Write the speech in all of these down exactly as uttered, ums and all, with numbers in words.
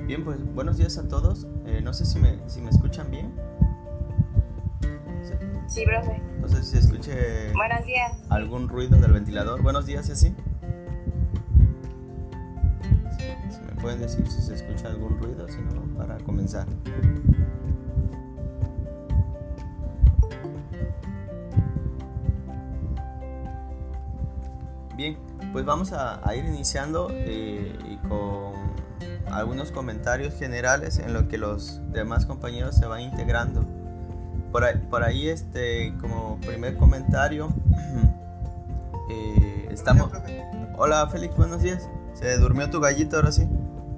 Bien, pues buenos días a todos. Eh, no sé si me, si me escuchan bien. Sí, profe. No sé si se escuche Buenos días. algún ruido del ventilador. Buenos días, y así. Si, si me pueden decir si se escucha algún ruido, si no, para comenzar. Bien, pues vamos a, a ir iniciando eh, y con algunos comentarios generales en lo que los demás compañeros se van integrando. Por ahí, por ahí este, como primer comentario, eh, estamos... Hola Félix, buenos días. ¿Se durmió tu gallito ahora sí?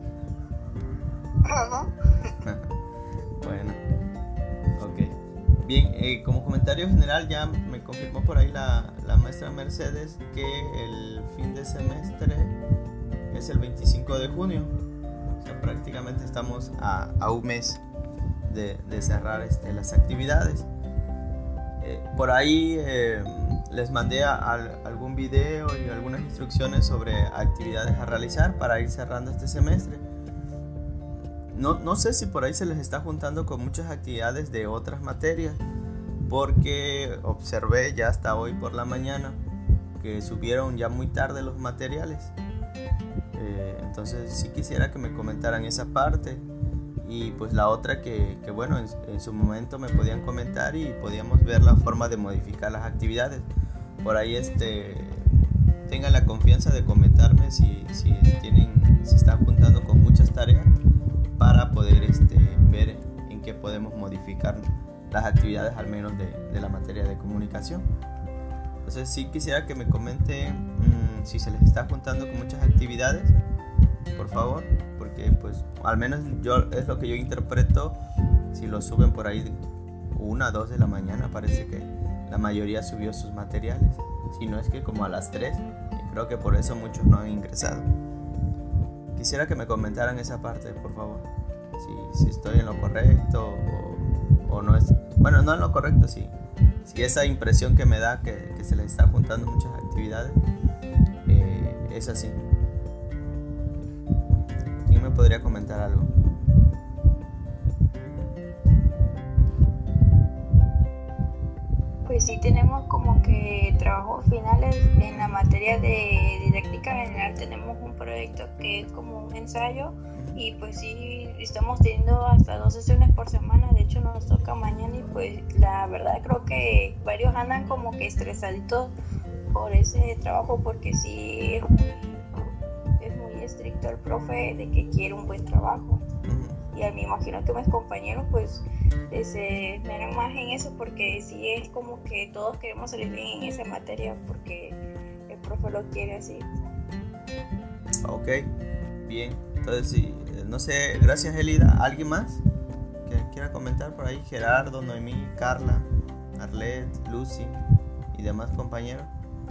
Bueno, ok. Bien, eh, como comentario general ya me confirmó por ahí la, la maestra Mercedes que el fin de semestre es el veinticinco de junio. O sea, prácticamente estamos a, a un mes de, de cerrar este, las actividades. Eh, por ahí eh, les mandé a, a, algún video y algunas instrucciones sobre actividades a realizar para ir cerrando este semestre. No, no sé si por ahí se les está juntando con muchas actividades de otras materias, porque observé ya hasta hoy por la mañana que subieron ya muy tarde los materiales. Eh, entonces sí quisiera que me comentaran esa parte. Y pues la otra que, que bueno, en, en su momento me podían comentar y podíamos ver la forma de modificar las actividades. Por ahí este, tengan la confianza de comentarme si, si, tienen, si están juntando con muchas tareas para poder este, ver en qué podemos modificar las actividades, al menos de, de la materia de comunicación. Entonces sí quisiera que me comente mmm, si se les está juntando con muchas actividades, por favor, porque pues al menos yo es lo que yo interpreto. Si lo suben por ahí una, dos de la mañana, parece que la mayoría subió sus materiales, si no es que como a las tres, y creo que por eso muchos no han ingresado. Quisiera que me comentaran esa parte, por favor, si, si estoy en lo correcto o, o no es, bueno, no en lo correcto, sí, si esa impresión que me da que, que se les está juntando muchas actividades eh, es así. ¿Quién me podría comentar algo? Pues sí, tenemos como que trabajos finales en la materia de didáctica general. Tenemos un proyecto que es como un ensayo y pues sí, estamos teniendo hasta dos sesiones por semana. De hecho nos toca mañana y pues la verdad creo que varios andan como que estresaditos por ese trabajo, porque sí es muy, es muy estricto el profe de que quiere un buen trabajo. Y me imagino que mis compañeros pues se esmeran más en eso, porque sí es como que todos queremos salir bien en esa materia porque el profe lo quiere así. Ok, bien. Entonces sí, no sé, gracias Elida. ¿Alguien más que quiera comentar por ahí? Gerardo, Noemí, Carla, Arlet, Lucy y demás compañeros.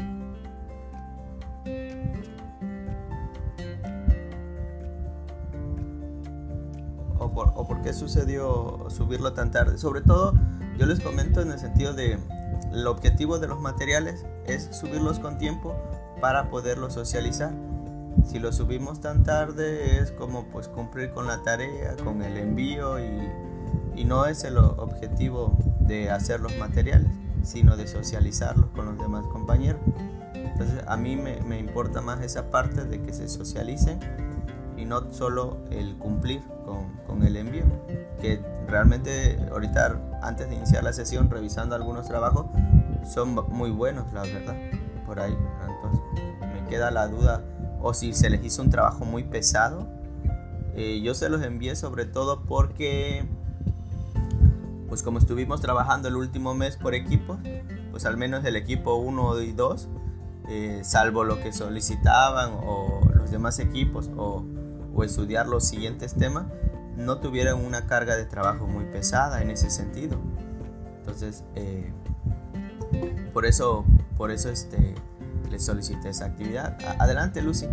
O por, o por qué sucedió subirlo tan tarde. Sobre todo, yo les comento en el sentido de el objetivo de los materiales es subirlos con tiempo para poderlos socializar. Si los subimos tan tarde es como pues cumplir con la tarea, con el envío, y, y no es el objetivo de hacer los materiales, sino de socializarlos con los demás compañeros. Entonces a mí me, me importa más esa parte de que se socialicen y no solo el cumplir con, con el envío, que realmente ahorita antes de iniciar la sesión, revisando algunos trabajos, son muy buenos, la verdad, por ahí. Entonces me queda la duda, o si se les hizo un trabajo muy pesado. Eh, yo se los envié sobre todo porque pues como estuvimos trabajando el último mes por equipos, pues al menos el equipo uno y dos, eh, salvo lo que solicitaban o los demás equipos o o estudiar los siguientes temas, no tuvieran una carga de trabajo muy pesada en ese sentido. Entonces eh, por eso por eso este les solicité esa actividad. Adelante, Lucy.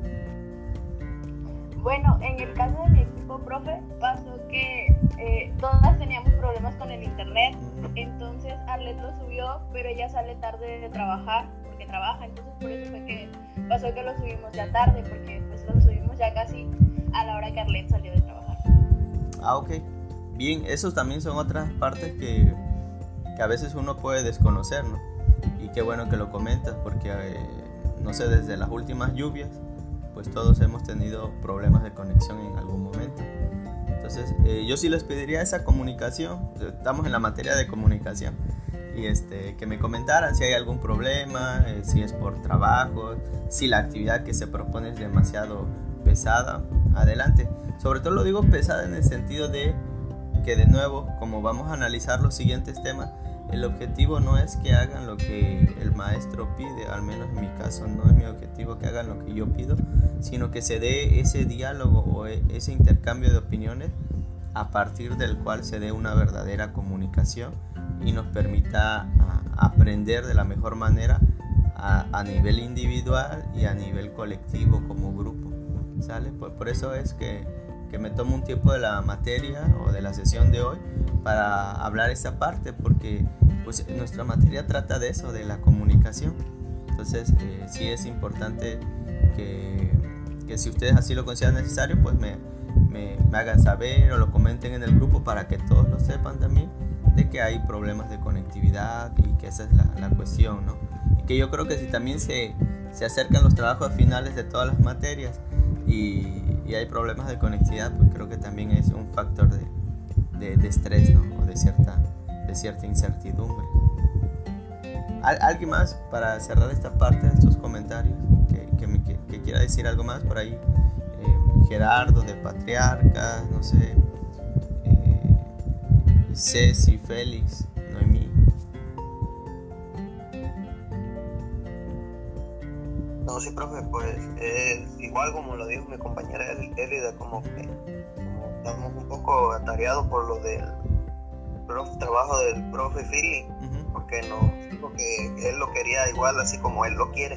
Bueno, en el caso de mi equipo, profe, pasó que eh, todas teníamos problemas con el internet. Entonces Arlet lo subió, pero ella sale tarde de trabajar porque trabaja, entonces por eso fue que pasó que lo subimos ya tarde, porque pues lo subimos ya casi a la hora que Arlet salió de trabajar. Ah, ok. Bien, esos también son otras partes que, que a veces uno puede desconocer, ¿no? Y qué bueno que lo comentas, porque, eh, no sé, desde las últimas lluvias, pues todos hemos tenido problemas de conexión en algún momento. Entonces, eh, yo sí les pediría esa comunicación. Estamos en la materia de comunicación. Y este, que me comentaran si hay algún problema, eh, si es por trabajo, si la actividad que se propone es demasiado pesada. Adelante. Sobre todo lo digo pesada en el sentido de que, de nuevo, como vamos a analizar los siguientes temas, el objetivo no es que hagan lo que el maestro pide, al menos en mi caso no es mi objetivo que hagan lo que yo pido, sino que se dé ese diálogo o ese intercambio de opiniones a partir del cual se dé una verdadera comunicación y nos permita a, aprender de la mejor manera a, a nivel individual y a nivel colectivo como grupo, ¿sale? Por, por eso es que, que me tomo un tiempo de la materia o de la sesión de hoy para hablar esta parte, porque pues nuestra materia trata de eso, de la comunicación. Entonces eh, sí es importante que, que si ustedes así lo consideran necesario, pues me, me, me hagan saber o lo comenten en el grupo para que todos lo sepan también, de que hay problemas de conectividad y que esa es la, la cuestión, ¿no? Y que yo creo que si también se, se acercan los trabajos finales de todas las materias y, y hay problemas de conectividad, pues creo que también es un factor de, de, de estrés, ¿no? O de cierta, de cierta incertidumbre. ¿Al, ¿Alguien más para cerrar esta parte de estos comentarios que, que, me, que, que quiera decir algo más por ahí? Eh, Gerardo de Patriarcas, no sé, eh, Ceci, Félix, Noemí. No, sí, profe, pues eh, igual como lo dijo mi compañera Elida, como que como estamos un poco atareados por lo del profe, trabajo del profe Philly, uh-huh. porque nos dijo que, que él lo quería igual así como él lo quiere.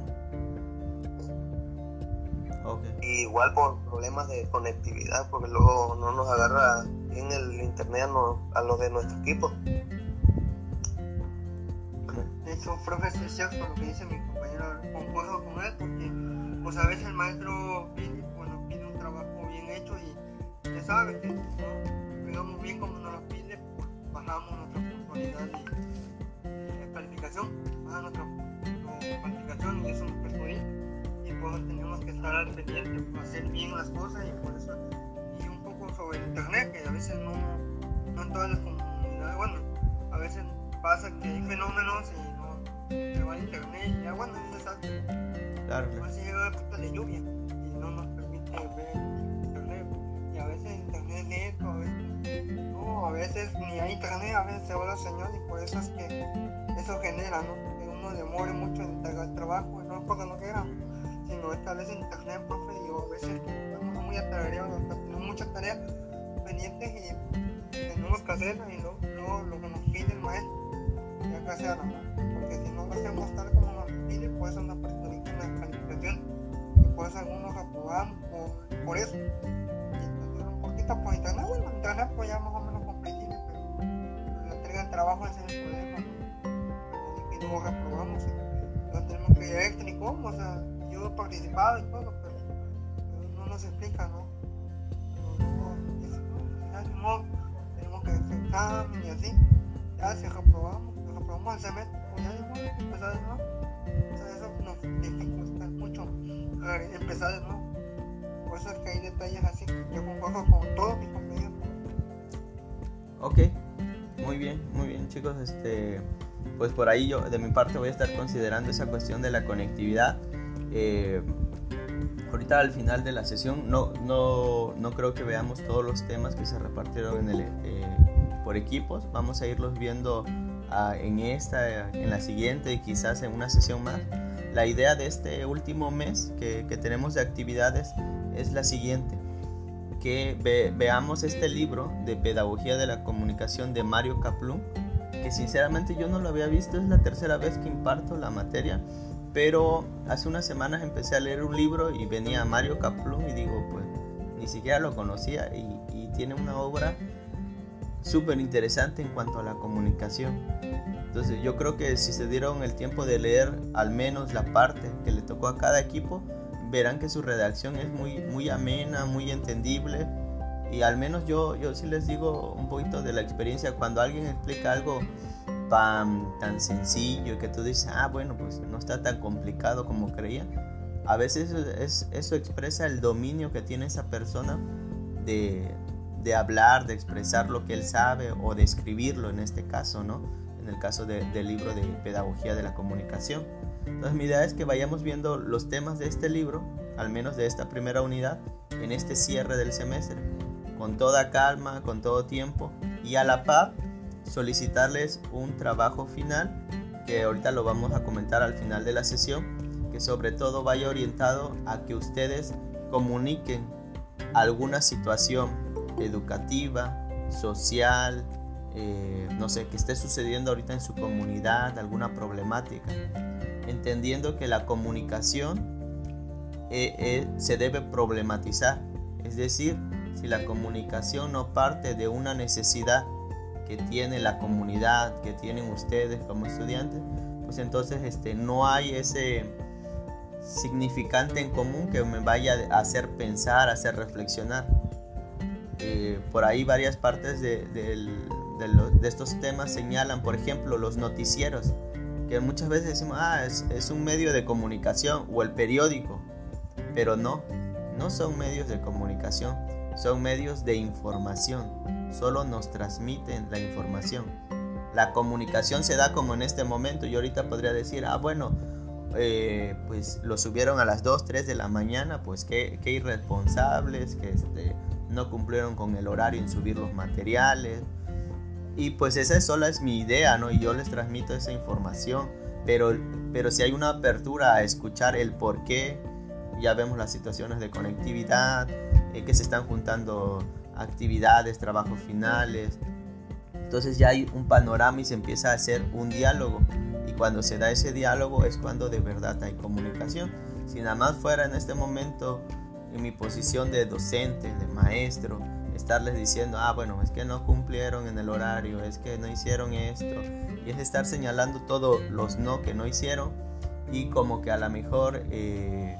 Uh-huh. Okay. Y igual por problemas de conectividad, porque luego no nos agarra bien el internet no, a los de nuestro equipo. Eso, profe, es cierto lo que dice mi compañero, concuerdo con él, porque pues a veces el maestro pide, bueno, pide un trabajo bien hecho y ya sabe que no digamos bien como nos lo pide, pues bajamos nuestra puntualidad y, y calificación, baja nuestra, nuestra calificación y eso nos perjudica, y pues tenemos que estar al pendiente, pues, hacer bien las cosas y por eso, y un poco sobre el internet, que a veces no, no en todas las comunidades, bueno, a veces pasa que hay fenómenos y se va a internet y ya bueno, es desastre. Claro. Así llega la época de lluvia y no nos permite ver internet. Y a veces internet es lento, a veces no, a veces ni hay internet, a veces se va la señal y por eso es que eso genera, ¿no? Que uno demore mucho en entregar el trabajo y no es porque no queramos, sino esta vez en internet, profe, y a veces estamos muy atareados, tenemos muchas tareas pendientes y tenemos que hacerlas y luego, luego lo que nos pide el maestro, ya que hacerlo, ¿no? Porque si no lo hacemos tal como nos pide, pues eso nos perjudica en la calificación y pues algunos reproban por, por eso. Y entonces un poquito por internet, bueno, internet pues ya más o menos comprensible, pero la entrega del trabajo ese es el problema, ¿no? Y luego reprobamos y no tenemos que ver ni cómo, o sea, yo he participado y todo, pero, pero no nos explica, ¿no? Pero no, eso, ¿no? Ya de modo, tenemos que hacer examen y así, ya si reprobamos, reprobamos el semestre, pues ya de modo, empezar de nuevo. O sea, eso nos dificulta mucho empezar de nuevo. Por eso es que hay detalles así, yo concuerdo con todos mis compañeros. Ok, muy bien, muy bien chicos, este, pues por ahí yo de mi parte voy a estar considerando esa cuestión de la conectividad. Eh, ahorita al final de la sesión no, no, no creo que veamos todos los temas que se repartieron en el, eh, por equipos, vamos a irlos viendo uh, en esta, en la siguiente y quizás en una sesión más. La idea de este último mes que, que tenemos de actividades es la siguiente, que ve, veamos este libro de Pedagogía de la Comunicación de Mario Kaplun, que sinceramente yo no lo había visto, es la tercera vez que imparto la materia, pero hace unas semanas empecé a leer un libro y venía Mario Kaplun y digo, pues ni siquiera lo conocía y, y tiene una obra súper interesante en cuanto a la comunicación. Entonces yo creo que si se dieron el tiempo de leer al menos la parte que le tocó a cada equipo, verán que su redacción es muy, muy amena, muy entendible Y al menos yo, yo sí les digo un poquito de la experiencia. Cuando alguien explica algo tan, tan sencillo y que tú dices, ah, bueno, pues no está tan complicado como creía, a veces es, eso expresa el dominio que tiene esa persona de, de hablar, de expresar lo que él sabe o de escribirlo en este caso, ¿no? En el caso de, del libro de Pedagogía de la Comunicación. Entonces mi idea es que vayamos viendo los temas de este libro, al menos de esta primera unidad, en este cierre del semestre, con toda calma, con todo tiempo, y a la par solicitarles un trabajo final, que ahorita lo vamos a comentar al final de la sesión, que sobre todo vaya orientado a que ustedes comuniquen alguna situación educativa, social, eh, no sé, que esté sucediendo ahorita en su comunidad, alguna problemática, entendiendo que la comunicación eh, eh, se debe problematizar. Es decir, si la comunicación no parte de una necesidad que tiene la comunidad, que tienen ustedes como estudiantes, pues entonces este, no hay ese significante en común que me vaya a hacer pensar, a hacer reflexionar. Eh, por ahí varias partes de, de, de, los, de estos temas señalan, por ejemplo, los noticieros, que muchas veces decimos, ah, es, es un medio de comunicación, o el periódico, pero no, no son medios de comunicación, son medios de información, solo nos transmiten la información. La comunicación se da como en este momento. Yo ahorita podría decir, ah, bueno, eh, pues lo subieron a las dos, tres de la mañana, pues qué, qué irresponsables, que este, no cumplieron con el horario en subir los materiales. Y pues esa sola es mi idea, ¿no? Y yo les transmito esa información, pero, pero si hay una apertura a escuchar el por qué, ya vemos las situaciones de conectividad, eh, que se están juntando actividades, trabajos finales, entonces ya hay un panorama y se empieza a hacer un diálogo, y cuando se da ese diálogo es cuando de verdad hay comunicación. Si nada más fuera en este momento en mi posición de docente, de maestro, estarles diciendo, ah, bueno, es que no cumplieron en el horario, es que no hicieron esto, y es estar señalando todos los no que no hicieron, y como que a lo mejor eh,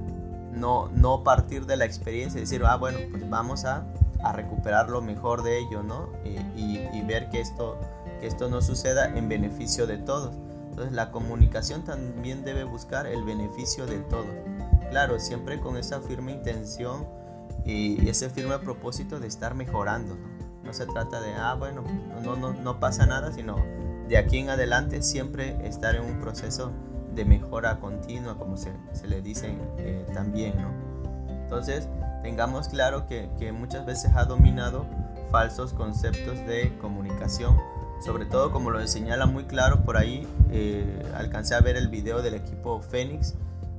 no, no partir de la experiencia y decir, ah, bueno, pues vamos a, a recuperar lo mejor de ello, ¿no? Y, y, y ver que esto, que esto no suceda en beneficio de todos. Entonces la comunicación también debe buscar el beneficio de todos. Claro, siempre con esa firme intención y ese firme propósito de estar mejorando, ¿no? No se trata de, ah, bueno, no, no, no pasa nada, sino de aquí en adelante siempre estar en un proceso de mejora continua, como se, se le dice eh, también, ¿no? Entonces, tengamos claro que, que muchas veces ha dominado falsos conceptos de comunicación, sobre todo como lo señala muy claro por ahí, eh, alcancé a ver el video del equipo Fénix,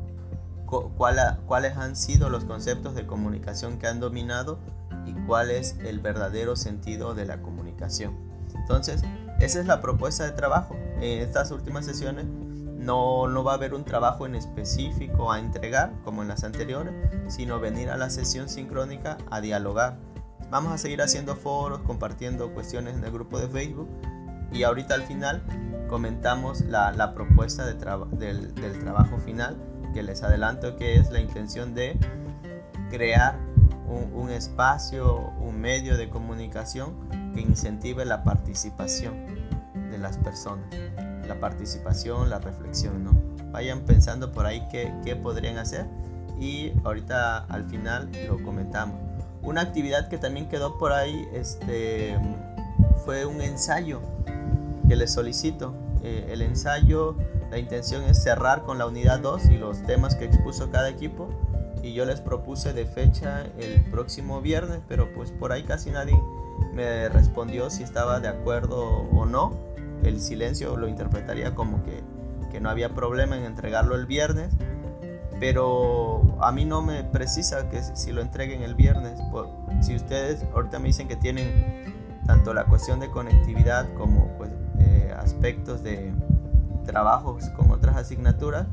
cuál ha, cuáles han sido los conceptos de comunicación que han dominado y cuál es el verdadero sentido de la comunicación. Entonces, esa es la propuesta de trabajo. En estas últimas sesiones no, no va a haber un trabajo en específico a entregar como en las anteriores, sino venir a la sesión sincrónica a dialogar. Vamos a seguir haciendo foros, compartiendo cuestiones en el grupo de Facebook, y ahorita al final comentamos la, la propuesta de traba, del, del trabajo final, que les adelanto que es la intención de crear un, un espacio, un medio de comunicación que incentive la participación de las personas, la participación, la reflexión, ¿no? Vayan pensando por ahí qué, qué podrían hacer, y ahorita al final lo comentamos. Una actividad que también quedó por ahí este, fue un ensayo que les solicito. Eh, el ensayo, la intención es cerrar con la unidad dos y los temas que expuso cada equipo, y yo les propuse de fecha el próximo viernes, pero pues por ahí casi nadie me respondió si estaba de acuerdo o no. El silencio lo interpretaría como que, que no había problema en entregarlo el viernes, pero a mí no me precisa que si lo entreguen el viernes. Si ustedes ahorita me dicen que tienen tanto la cuestión de conectividad como pues, eh, aspectos de trabajos con otras asignaturas,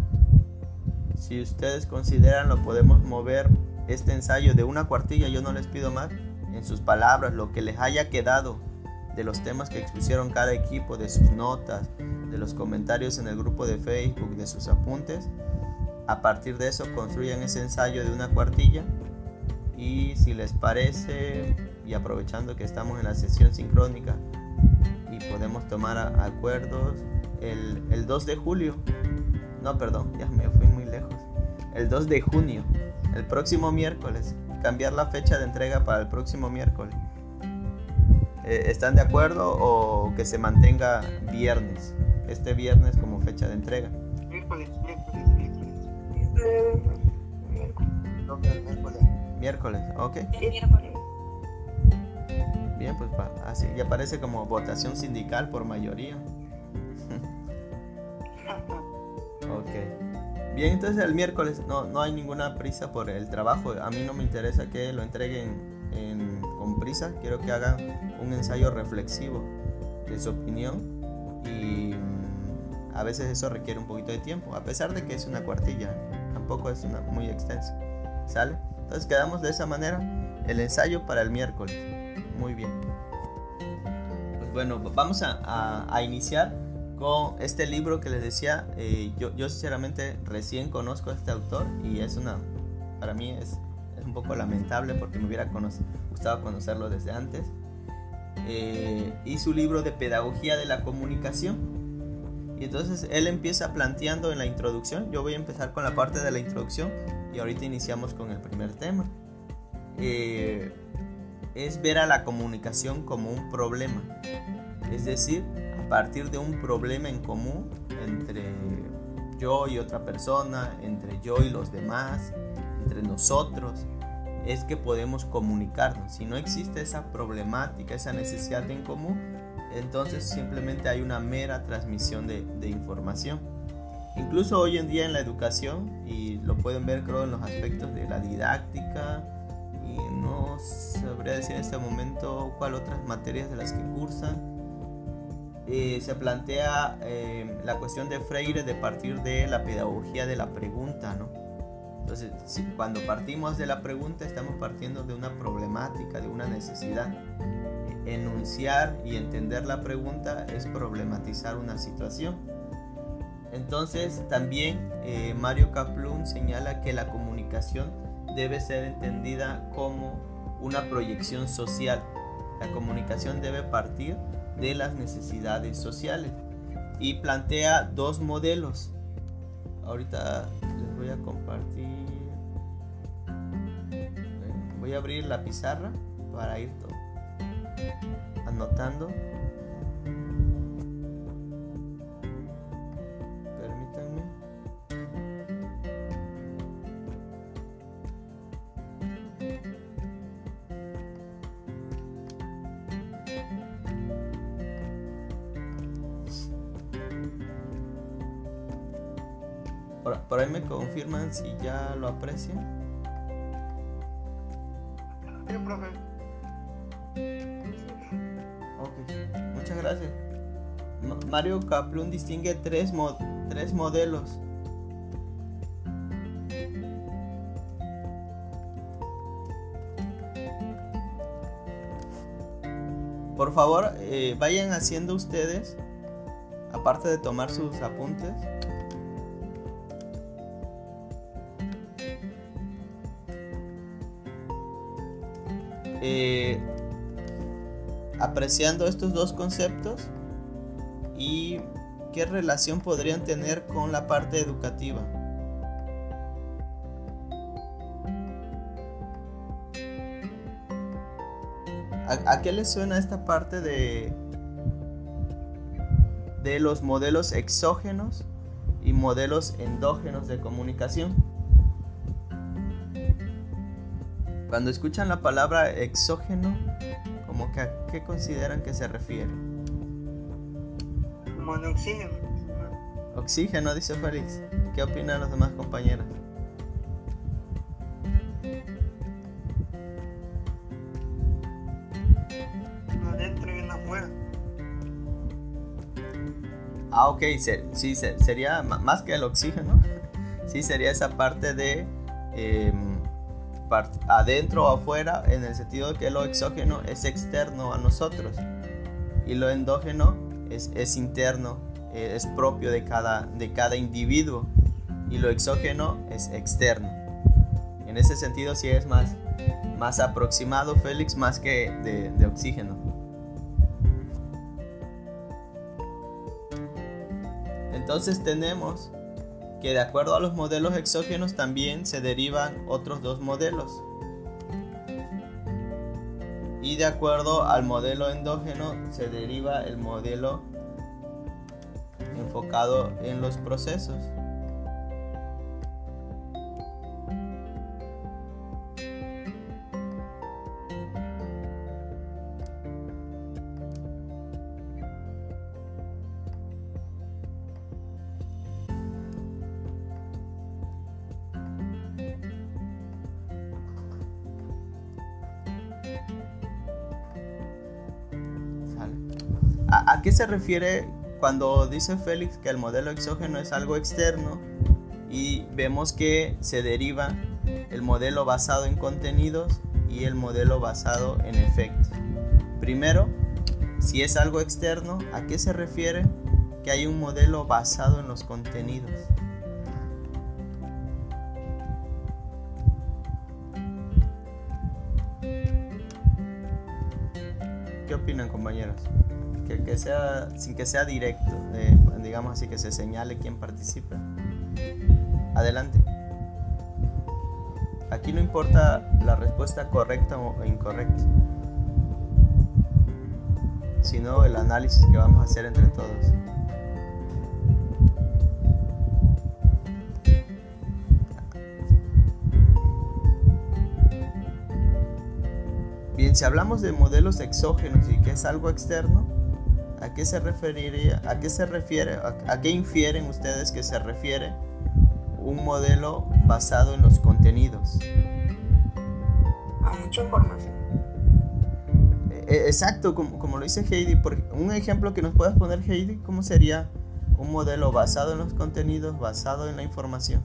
si ustedes consideran, lo podemos mover este ensayo de una cuartilla. Yo no les pido más, en sus palabras, lo que les haya quedado de los temas que expusieron cada equipo, de sus notas, de los comentarios en el grupo de Facebook, de sus apuntes. A partir de eso construyan ese ensayo de una cuartilla Y si les parece, y aprovechando que estamos en la sesión sincrónica y podemos tomar a- acuerdos, el, el dos de julio, no, perdón, ya me fui muy lejos, el dos de junio, el próximo miércoles, cambiar la fecha de entrega para el próximo miércoles. Eh, ¿Están de acuerdo o que se mantenga viernes, este viernes como fecha de entrega? Miércoles, miércoles, miércoles. Eh, Creo que el miércoles. Miércoles, ok. El miércoles. Bien, pues pa- así ya parece como votación sindical por mayoría. Ok. Bien, entonces el miércoles no, no hay ninguna prisa por el trabajo. A mí no me interesa que lo entreguen en- con prisa. Quiero que hagan un ensayo reflexivo de su opinión. Y mm, a veces eso requiere un poquito de tiempo. A pesar de que es una cuartilla, tampoco es una, muy extensa. ¿Sale? Entonces quedamos de esa manera. El ensayo para el miércoles. Muy bien. Pues bueno, vamos a, a, a iniciar con este libro que les decía. Eh, yo, yo sinceramente recién conozco a este autor y es una, para mí es, es un poco lamentable porque me hubiera cono- gustado conocerlo desde antes. Eh, y su libro de Pedagogía de la Comunicación. Y entonces él empieza planteando en la introducción. Yo voy a empezar con la parte de la introducción y ahorita iniciamos con el primer tema. Eh, es ver a la comunicación como un problema, es decir, a partir de un problema en común entre yo y otra persona, entre yo y los demás, entre nosotros, es que podemos comunicarnos. Si no existe esa problemática, esa necesidad en común, entonces simplemente hay una mera transmisión de, de información. Incluso hoy en día en la educación, y lo pueden ver creo en los aspectos de la didáctica, y no sabría decir en este momento cuál otras materias de las que cursan, eh, se plantea eh, la cuestión de Freire de partir de la pedagogía de la pregunta, ¿no? Entonces, si, cuando partimos de la pregunta estamos partiendo de una problemática, de una necesidad. Enunciar y entender la pregunta es problematizar una situación. Entonces también eh, Mario Kaplun señala que la comunicación debe ser entendida como una proyección social. La comunicación debe partir de las necesidades sociales y plantea dos modelos. Ahorita les voy a compartir. Voy a abrir la pizarra para ir todo anotando. Permítanme. Por, por ahí me confirman si ya lo aprecian. Sí, profe. Ok, muchas gracias. Ma- Mario Kaplun distingue tres, mo- tres modelos. Por favor, eh, vayan haciendo ustedes, aparte de tomar sus apuntes, eh, apreciando estos dos conceptos y qué relación podrían tener con la parte educativa. ¿A, a qué les suena esta parte de, de los modelos exógenos y modelos endógenos de comunicación? Cuando escuchan la palabra exógeno, ¿cómo que a qué consideran que se refiere? Como de oxígeno. Oxígeno, dice Félix. ¿Qué opinan los demás compañeros? Uno adentro y uno afuera. Ah, ok, se, sí, se, sería ma- más que el oxígeno. Sí, sería esa parte de eh, part- adentro o afuera, en el sentido de que lo exógeno es externo a nosotros y lo endógeno es, es interno, eh, es propio de cada, de cada individuo, y lo exógeno es externo. En ese sentido sí es más, más aproximado, Félix, más que de, de oxígeno. Entonces tenemos que de acuerdo a los modelos exógenos también se derivan otros dos modelos. Y de acuerdo al modelo endógeno se deriva el modelo enfocado en los procesos. ¿A, ¿A qué se refiere cuando dice Félix que el modelo exógeno es algo externo y vemos que se deriva el modelo basado en contenidos y el modelo basado en efectos? Primero, si es algo externo, ¿a qué se refiere que hay un modelo basado en los contenidos? ¿Qué opinan, compañeros? Que, que sea, sin que sea directo, eh, digamos así, que se señale quién participa. Adelante. Aquí no importa la respuesta correcta o incorrecta, sino el análisis que vamos a hacer entre todos. Bien, si hablamos de modelos exógenos y que es algo externo, ¿a qué se referiría? ¿A qué se refiere? ¿A, a qué infieren ustedes que se refiere un modelo basado en los contenidos? A mucha información. Eh, exacto, como, como lo dice Heidi. Por un ejemplo que nos puedas poner, Heidi, ¿cómo sería un modelo basado en los contenidos, basado en la información?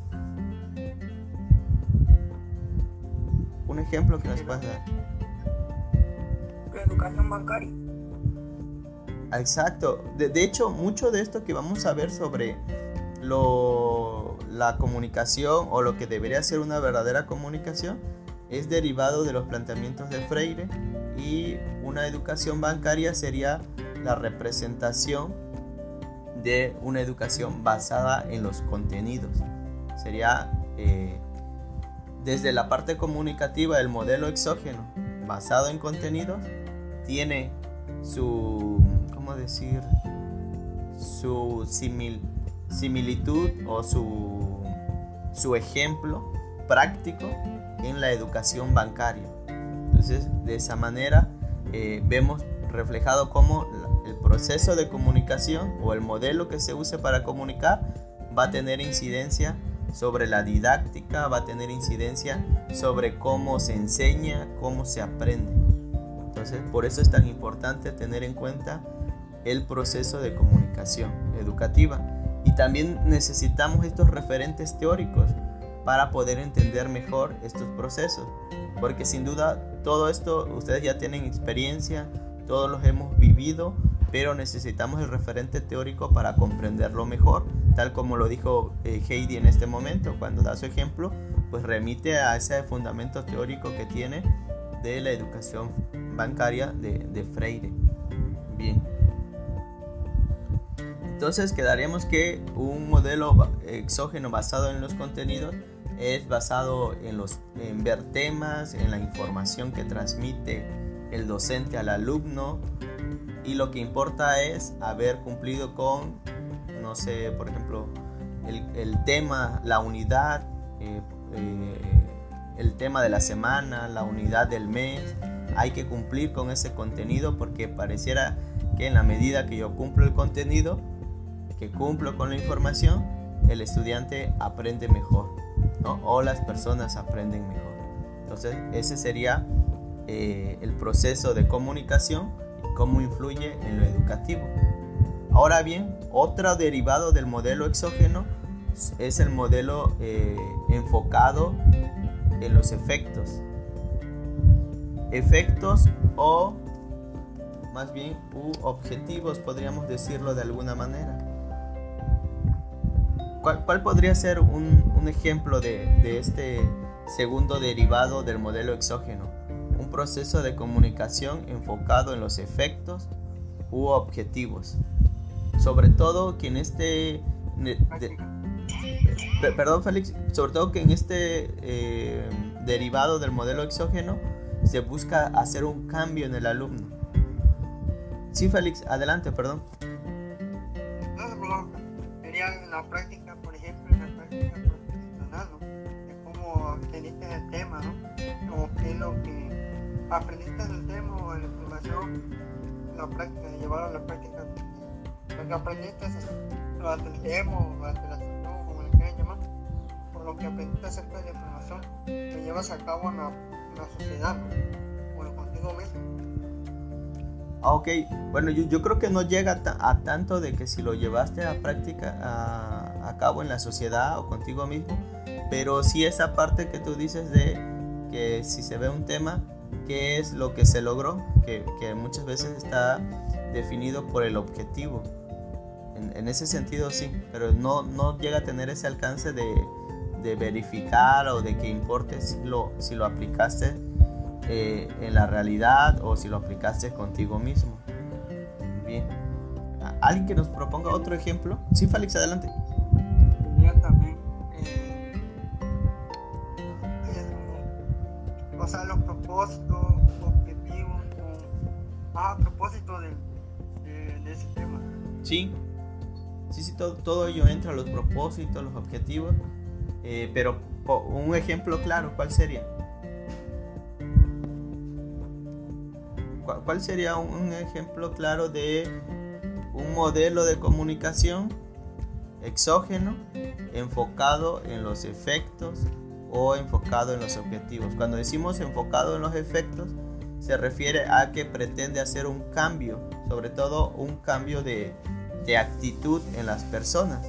Un ejemplo que nos puedas dar. La educación bancaria. Exacto. De, de hecho, mucho de esto que vamos a ver sobre lo, la comunicación o lo que debería ser una verdadera comunicación es derivado de los planteamientos de Freire, y una educación bancaria sería la representación de una educación basada en los contenidos. Sería eh, desde la parte comunicativa del modelo exógeno basado en contenidos, tiene su, ¿cómo decir? Su simil, similitud o su, su ejemplo práctico en la educación bancaria. Entonces, de esa manera eh, vemos reflejado cómo el proceso de comunicación o el modelo que se use para comunicar va a tener incidencia sobre la didáctica, va a tener incidencia sobre cómo se enseña, cómo se aprende. Entonces, por eso es tan importante tener en cuenta el proceso de comunicación educativa. Y también necesitamos estos referentes teóricos para poder entender mejor estos procesos. Porque sin duda todo esto ustedes ya tienen experiencia, todos los hemos vivido, pero necesitamos el referente teórico para comprenderlo mejor, tal como lo dijo eh, Heidi en este momento, cuando da su ejemplo, pues remite a ese fundamento teórico que tiene de la educación bancaria de, de Freire. Bien. Entonces quedaríamos que un modelo exógeno basado en los contenidos es basado en, los, en ver temas, en la información que transmite el docente al alumno, y lo que importa es haber cumplido con, no sé, por ejemplo, el, el tema, la unidad, eh, eh, el tema de la semana, la unidad del mes. Hay que cumplir con ese contenido, porque pareciera que en la medida que yo cumplo el contenido, que cumplo con la información, el estudiante aprende mejor, ¿no? O las personas aprenden mejor. Entonces ese sería eh, el proceso de comunicación y cómo influye en lo educativo. Ahora bien, otro derivado del modelo exógeno es el modelo eh, enfocado en los efectos. Efectos o más bien u objetivos, podríamos decirlo de alguna manera. ¿Cuál, cuál podría ser un, un ejemplo de, de, este, segundo derivado del modelo exógeno, un proceso de comunicación enfocado en los efectos u objetivos. Sobre todo que en este... De, de, perdón, Félix, sobre todo que en este eh, derivado del modelo exógeno se busca hacer un cambio en el alumno. Sí, Félix, adelante, perdón. No se preocupe, sería una práctica, por ejemplo, una práctica profesional, ¿no? De cómo aprendiste el tema, ¿no? Como que lo que aprendiste el tema o la información, la práctica, llevarlo a la práctica. Lo que aprendiste es lo del demo, lo de la sesión, como le quieran llamar, por lo que aprendiste acerca de la información, lo llevas a cabo en la, en la sociedad, ¿no? O contigo mismo. Ok, bueno, yo, yo creo que no llega a, a tanto de que si lo llevaste a práctica a, a cabo en la sociedad o contigo mismo, pero sí esa parte que tú dices de que si se ve un tema, qué es lo que se logró, que, que muchas veces está definido por el objetivo. En, en ese sentido sí, pero no, no llega a tener ese alcance de, de verificar o de que importe si lo, si lo aplicaste Eh, en la realidad o si lo aplicaste contigo mismo. Bien, ¿alguien que nos proponga otro ejemplo? Sí, Félix, adelante. Sería también eh, o sea, los propósitos, objetivos, o, ah, a propósito de, de, de ese tema. Sí, sí, sí, todo, todo ello entra, los propósitos, los objetivos, eh, pero un ejemplo claro, ¿cuál sería? ¿Cuál sería un ejemplo claro de un modelo de comunicación exógeno enfocado en los efectos o enfocado en los objetivos? Cuando decimos enfocado en los efectos, se refiere a que pretende hacer un cambio, sobre todo un cambio de, de actitud en las personas.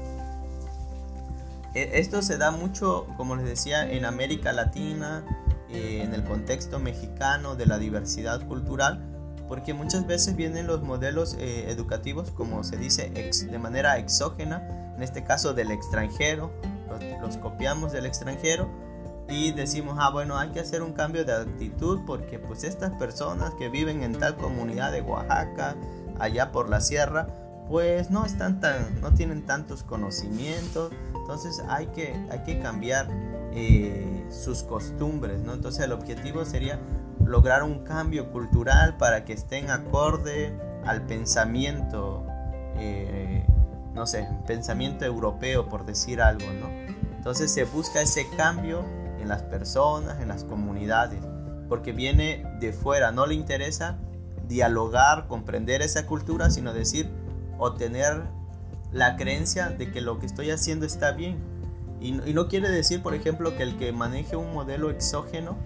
Esto se da mucho, como les decía, en América Latina, en el contexto mexicano de la diversidad cultural, porque muchas veces vienen los modelos eh, educativos, como se dice, ex, de manera exógena, en este caso del extranjero, los, los copiamos del extranjero y decimos, ah bueno, hay que hacer un cambio de actitud porque pues estas personas que viven en tal comunidad de Oaxaca, allá por la sierra, pues no están tan, no tienen tantos conocimientos, entonces hay que, hay que cambiar eh, sus costumbres, ¿no? Entonces el objetivo sería lograr un cambio cultural para que estén acorde al pensamiento, eh, no sé, pensamiento europeo, por decir algo, ¿no? Entonces se busca ese cambio en las personas, en las comunidades, porque viene de fuera, no le interesa dialogar, comprender esa cultura, sino decir o tener la creencia de que lo que estoy haciendo está bien. Y no, y no quiere decir, por ejemplo, que el que maneje un modelo exógeno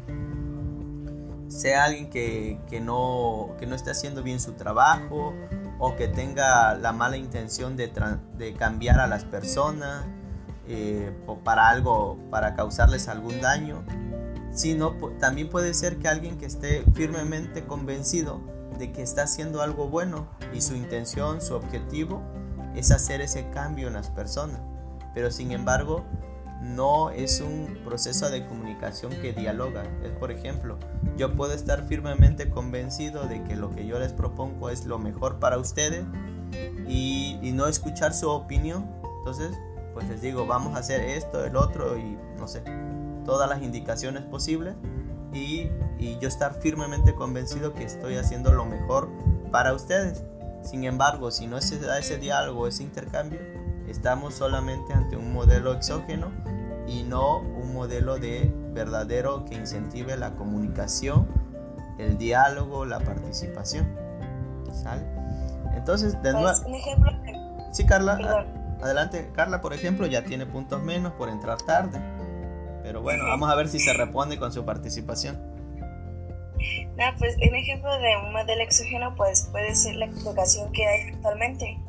sea alguien que, que, no, que no esté haciendo bien su trabajo o que tenga la mala intención de, tra- de cambiar a las personas eh, o para algo, para causarles algún daño, sino po- también puede ser que alguien que esté firmemente convencido de que está haciendo algo bueno y su intención, su objetivo es hacer ese cambio en las personas, pero sin embargo no es un proceso de comunicación que dialoga. Es, por ejemplo, yo puedo estar firmemente convencido de que lo que yo les propongo es lo mejor para ustedes y, y no escuchar su opinión. Entonces pues les digo, vamos a hacer esto, el otro y no sé, todas las indicaciones posibles y, y yo estar firmemente convencido que estoy haciendo lo mejor para ustedes. Sin embargo, si no se da ese diálogo, ese intercambio, estamos solamente ante un modelo exógeno y no un modelo de verdadero que incentive la comunicación, el diálogo, la participación. ¿Sale? Entonces, de nuevo... Pues, un ejemplo que... Sí, Carla, Perdón. adelante. Carla, por ejemplo, ya tiene puntos menos por entrar tarde. Pero bueno, vamos a ver si se responde con su participación. No, pues un ejemplo de un modelo exógeno pues puede ser la educación que hay actualmente.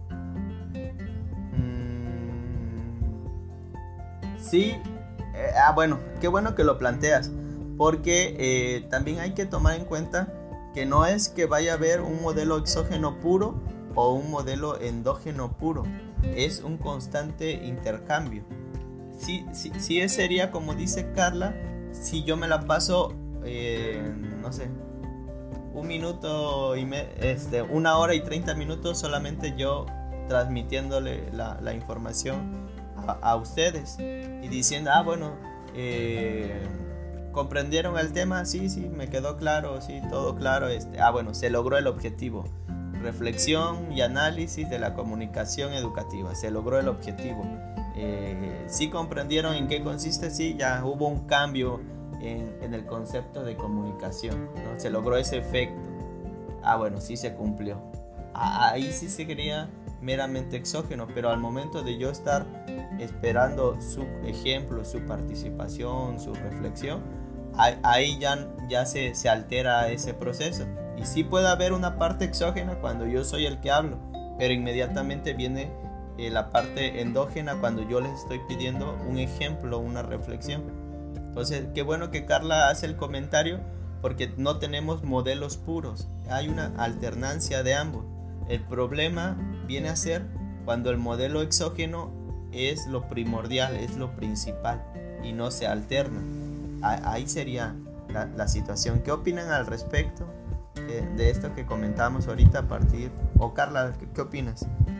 Sí, eh, ah, bueno, qué bueno que lo planteas, porque eh, también hay que tomar en cuenta que no es que vaya a haber un modelo exógeno puro o un modelo endógeno puro, es un constante intercambio. Sí, sí, sí sería, como dice Carla, si yo me la paso, eh, no sé, un minuto y me, este, una hora y treinta minutos solamente yo transmitiéndole la, la información a, a ustedes y diciendo, ah, bueno, eh, ¿comprendieron el tema? Sí, sí, me quedó claro, sí, todo claro. Este, ah, bueno, se logró el objetivo. Reflexión y análisis de la comunicación educativa. Se logró el objetivo. Eh, sí comprendieron en qué consiste, sí, ya hubo un cambio en, en el concepto de comunicación, ¿no? Se logró ese efecto. Ah, bueno, sí se cumplió. Ah, ahí sí sería meramente exógeno, pero al momento de yo estar esperando su ejemplo, su participación, su reflexión, ahí ya, ya se, se altera ese proceso. Y sí puede haber una parte exógena cuando yo soy el que hablo, pero inmediatamente viene eh, la parte endógena cuando yo les estoy pidiendo un ejemplo, una reflexión. Entonces, qué bueno que Carla hace el comentario, porque no tenemos modelos puros, hay una alternancia de ambos. El problema viene a ser cuando el modelo exógeno es lo primordial, es lo principal y no se alterna. Ahí sería la, la situación. ¿Qué opinan al respecto de, de esto que comentamos ahorita a partir? O Carla, ¿qué, qué opinas?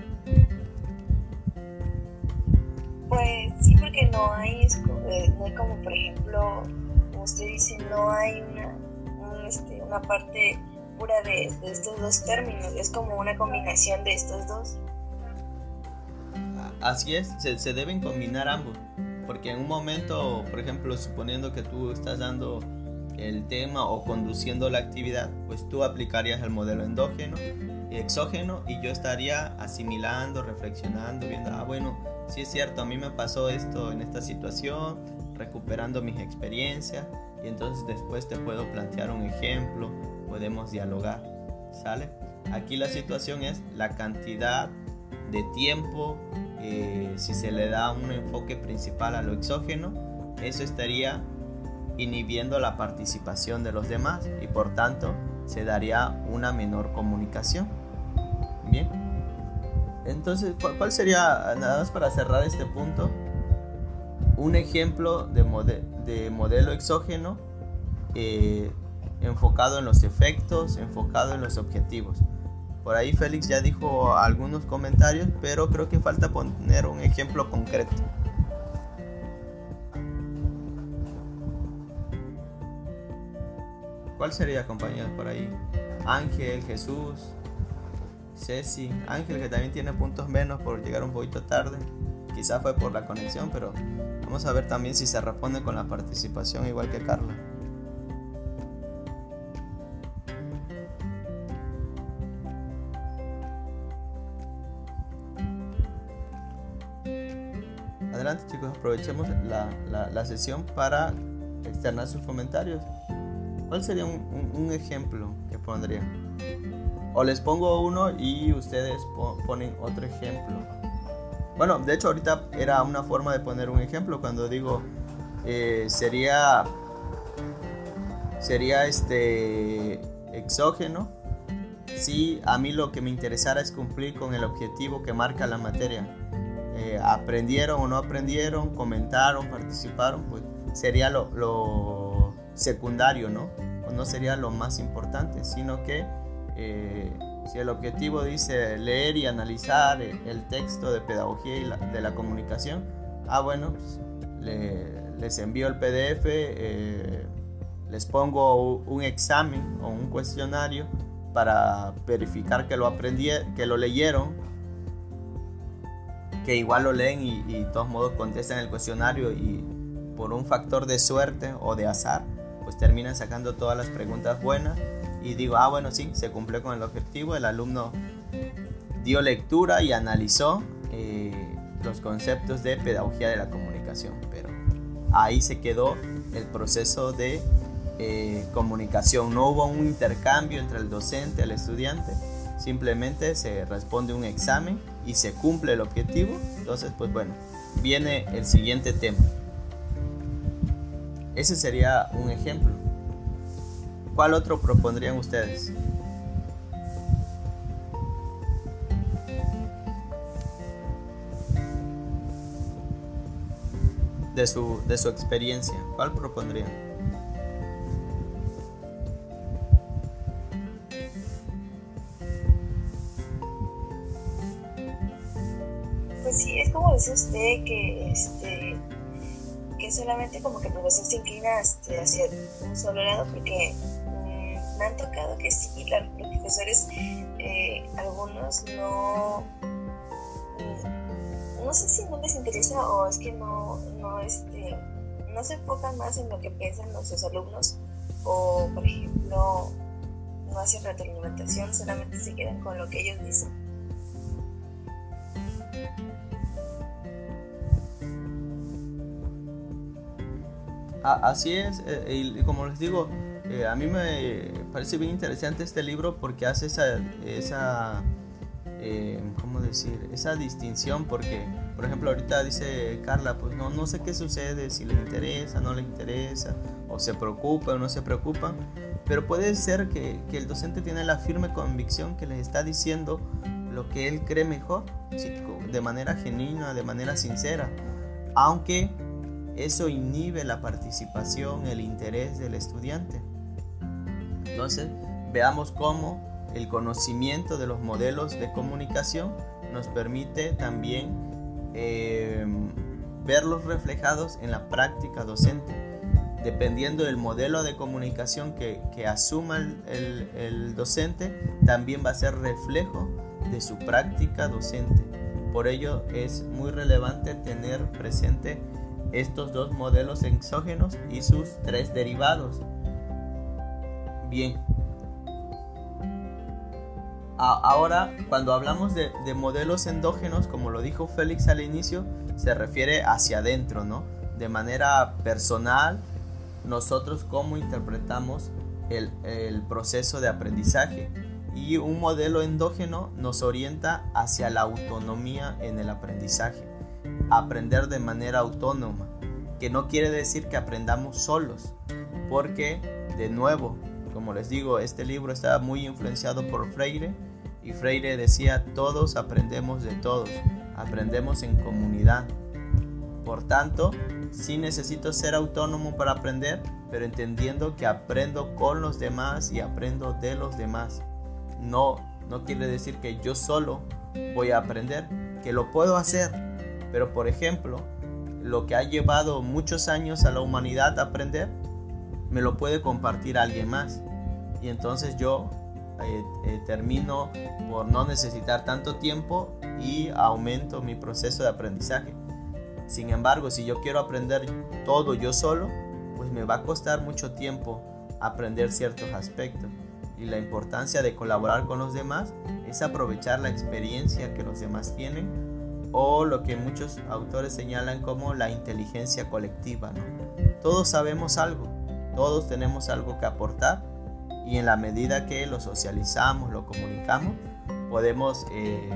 Pues sí, porque no hay, no hay como por ejemplo, como usted dice, no hay una, un, este, una parte pura de, de estos dos términos, es como una combinación de estos dos. Así es, se, se deben combinar ambos, porque en un momento, por ejemplo, suponiendo que tú estás dando el tema o conduciendo la actividad, pues tú aplicarías el modelo endógeno y exógeno y yo estaría asimilando, reflexionando, viendo, ah, bueno, sí es cierto, a mí me pasó esto en esta situación, recuperando mis experiencias, y entonces después te puedo plantear un ejemplo, podemos dialogar, ¿sale? Aquí la situación es la cantidad de tiempo, eh, si se le da un enfoque principal a lo exógeno, eso estaría inhibiendo la participación de los demás y por tanto se daría una menor comunicación. Bien, entonces, ¿cuál sería, nada más para cerrar este punto, un ejemplo de, mode- de modelo exógeno eh, enfocado en los efectos, enfocado en los objetivos? Por ahí Félix ya dijo algunos comentarios, pero creo que falta poner un ejemplo concreto. ¿Cuál sería, compañeros, por ahí? Ángel, Jesús, Ceci, Ángel, que también tiene puntos menos por llegar un poquito tarde. Quizás fue por la conexión, pero vamos a ver también si se responde con la participación igual que Carla. Adelante, chicos, aprovechemos la, la, la sesión para externar sus comentarios. ¿Cuál sería un, un, un ejemplo que pondrían? O les pongo uno y ustedes po- ponen otro ejemplo. Bueno, de hecho ahorita era una forma de poner un ejemplo cuando digo eh, sería sería este exógeno si a mí lo que me interesara es cumplir con el objetivo que marca la materia. Eh, aprendieron o no aprendieron, comentaron, participaron, pues sería lo, lo secundario, ¿no? O no sería lo más importante, sino que eh, si el objetivo dice leer y analizar el texto de pedagogía y la, de la comunicación, ah, bueno, pues, le, les envío el P D F, eh, les pongo un examen o un cuestionario para verificar que lo aprendí, que lo leyeron, que igual lo leen y, y de todos modos contestan el cuestionario y por un factor de suerte o de azar, pues terminan sacando todas las preguntas buenas y digo, ah, bueno, sí, se cumplió con el objetivo, el alumno dio lectura y analizó eh, los conceptos de pedagogía de la comunicación, pero ahí se quedó el proceso de eh, comunicación, no hubo un intercambio entre el docente y el estudiante, simplemente se responde un examen y se cumple el objetivo. Entonces, pues bueno, viene el siguiente tema. Ese sería un ejemplo. ¿Cuál otro propondrían ustedes? De su, de su experiencia, ¿cuál propondrían? pues sí, es como dice usted que este que solamente como que el profesor se inclina este, hacia un solo lado, porque mmm, me han tocado que sí, la, los profesores, eh, algunos no, mmm, no sé si no les interesa o es que no, no, este, no se enfocan más en lo que piensan nuestros alumnos, o por ejemplo no hacen retroalimentación, solamente se quedan con lo que ellos dicen. Así es, y como les digo, eh, a mí me parece bien interesante este libro porque hace esa, esa eh, ¿cómo decir? Esa distinción, porque, por ejemplo, ahorita dice Carla, pues no, no sé qué sucede, si le interesa, no le interesa, o se preocupa o no se preocupa, pero puede ser que, que el docente tiene la firme convicción que les está diciendo lo que él cree mejor, ¿sí? De manera genuina, de manera sincera, aunque eso inhibe la participación, el interés del estudiante. Entonces, veamos cómo el conocimiento de los modelos de comunicación nos permite también eh, verlos reflejados en la práctica docente. Dependiendo del modelo de comunicación que, que asuma el, el, el docente, también va a ser reflejo de su práctica docente. Por ello es muy relevante tener presente estos dos modelos exógenos y sus tres derivados. Bien. Ahora, cuando hablamos de, de modelos endógenos, como lo dijo Félix al inicio, se refiere hacia adentro, ¿no? De manera personal, nosotros cómo interpretamos el, el proceso de aprendizaje. Y un modelo endógeno nos orienta hacia la autonomía en el aprendizaje. Aprender de manera autónoma, que no quiere decir que aprendamos solos, porque de nuevo, como les digo, este libro está muy influenciado por Freire, y Freire decía: todos aprendemos de todos, aprendemos en comunidad. Por tanto, sí necesito ser autónomo para aprender, pero entendiendo que aprendo con los demás y aprendo de los demás. No, no quiere decir que yo solo voy a aprender, que lo puedo hacer, pero por ejemplo, lo que ha llevado muchos años a la humanidad a aprender, me lo puede compartir alguien más. Y entonces yo eh, eh, termino por no necesitar tanto tiempo y aumento mi proceso de aprendizaje. Sin embargo, si yo quiero aprender todo yo solo, pues me va a costar mucho tiempo aprender ciertos aspectos. Y la importancia de colaborar con los demás es aprovechar la experiencia que los demás tienen, o lo que muchos autores señalan como la inteligencia colectiva, ¿no? Todos sabemos algo, todos tenemos algo que aportar, y en la medida que lo socializamos, lo comunicamos, podemos eh,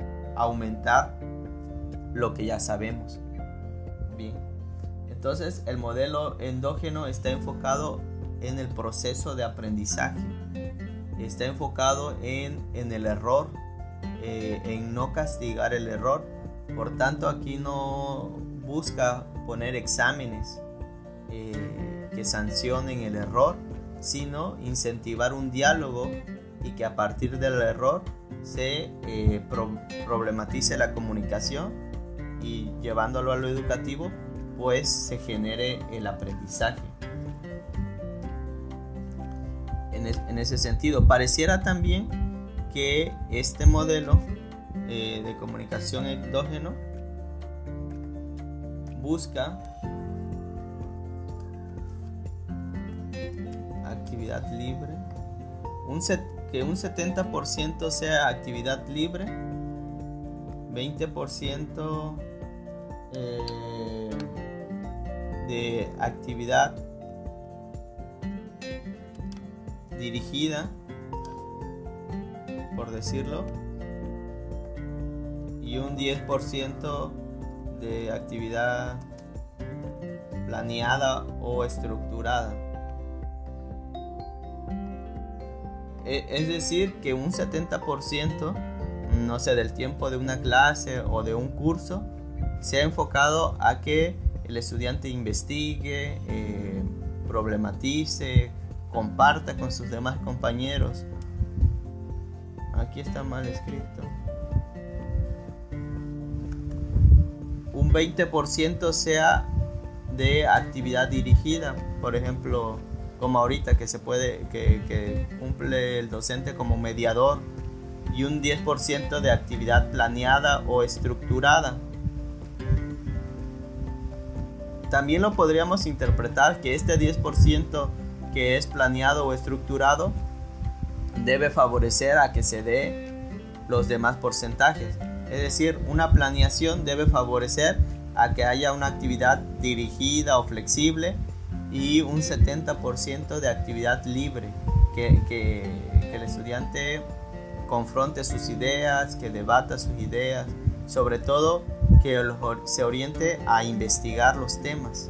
aumentar lo que ya sabemos. Bien, entonces el modelo endógeno está enfocado en el proceso de aprendizaje, está enfocado en, en el error, eh, en no castigar el error. Por tanto, aquí no busca poner exámenes eh, que sancionen el error, sino incentivar un diálogo y que a partir del error se eh, pro- problematice la comunicación, y llevándolo a lo educativo, pues se genere el aprendizaje. En, es, en ese sentido, pareciera también que este modelo eh, de comunicación endógeno busca actividad libre, un set, que un setenta por ciento sea actividad libre, veinte por ciento eh, de actividad dirigida, por decirlo, y un diez por ciento de actividad planeada o estructurada. Es decir, que un setenta por ciento, no sé, del tiempo de una clase o de un curso sea enfocado a que el estudiante investigue, eh, problematice, comparta con sus demás compañeros. Aquí está mal escrito. veinte por ciento sea de actividad dirigida, por ejemplo, como ahorita que se puede, que, que cumple el docente como mediador, y un diez por ciento de actividad planeada o estructurada. También lo podríamos interpretar que este diez por ciento que es planeado o estructurado debe favorecer a que se dé los demás porcentajes. Es decir, una planeación debe favorecer a que haya una actividad dirigida o flexible y un setenta por ciento de actividad libre, que, que, que el estudiante confronte sus ideas, que debata sus ideas, sobre todo que se oriente a investigar los temas.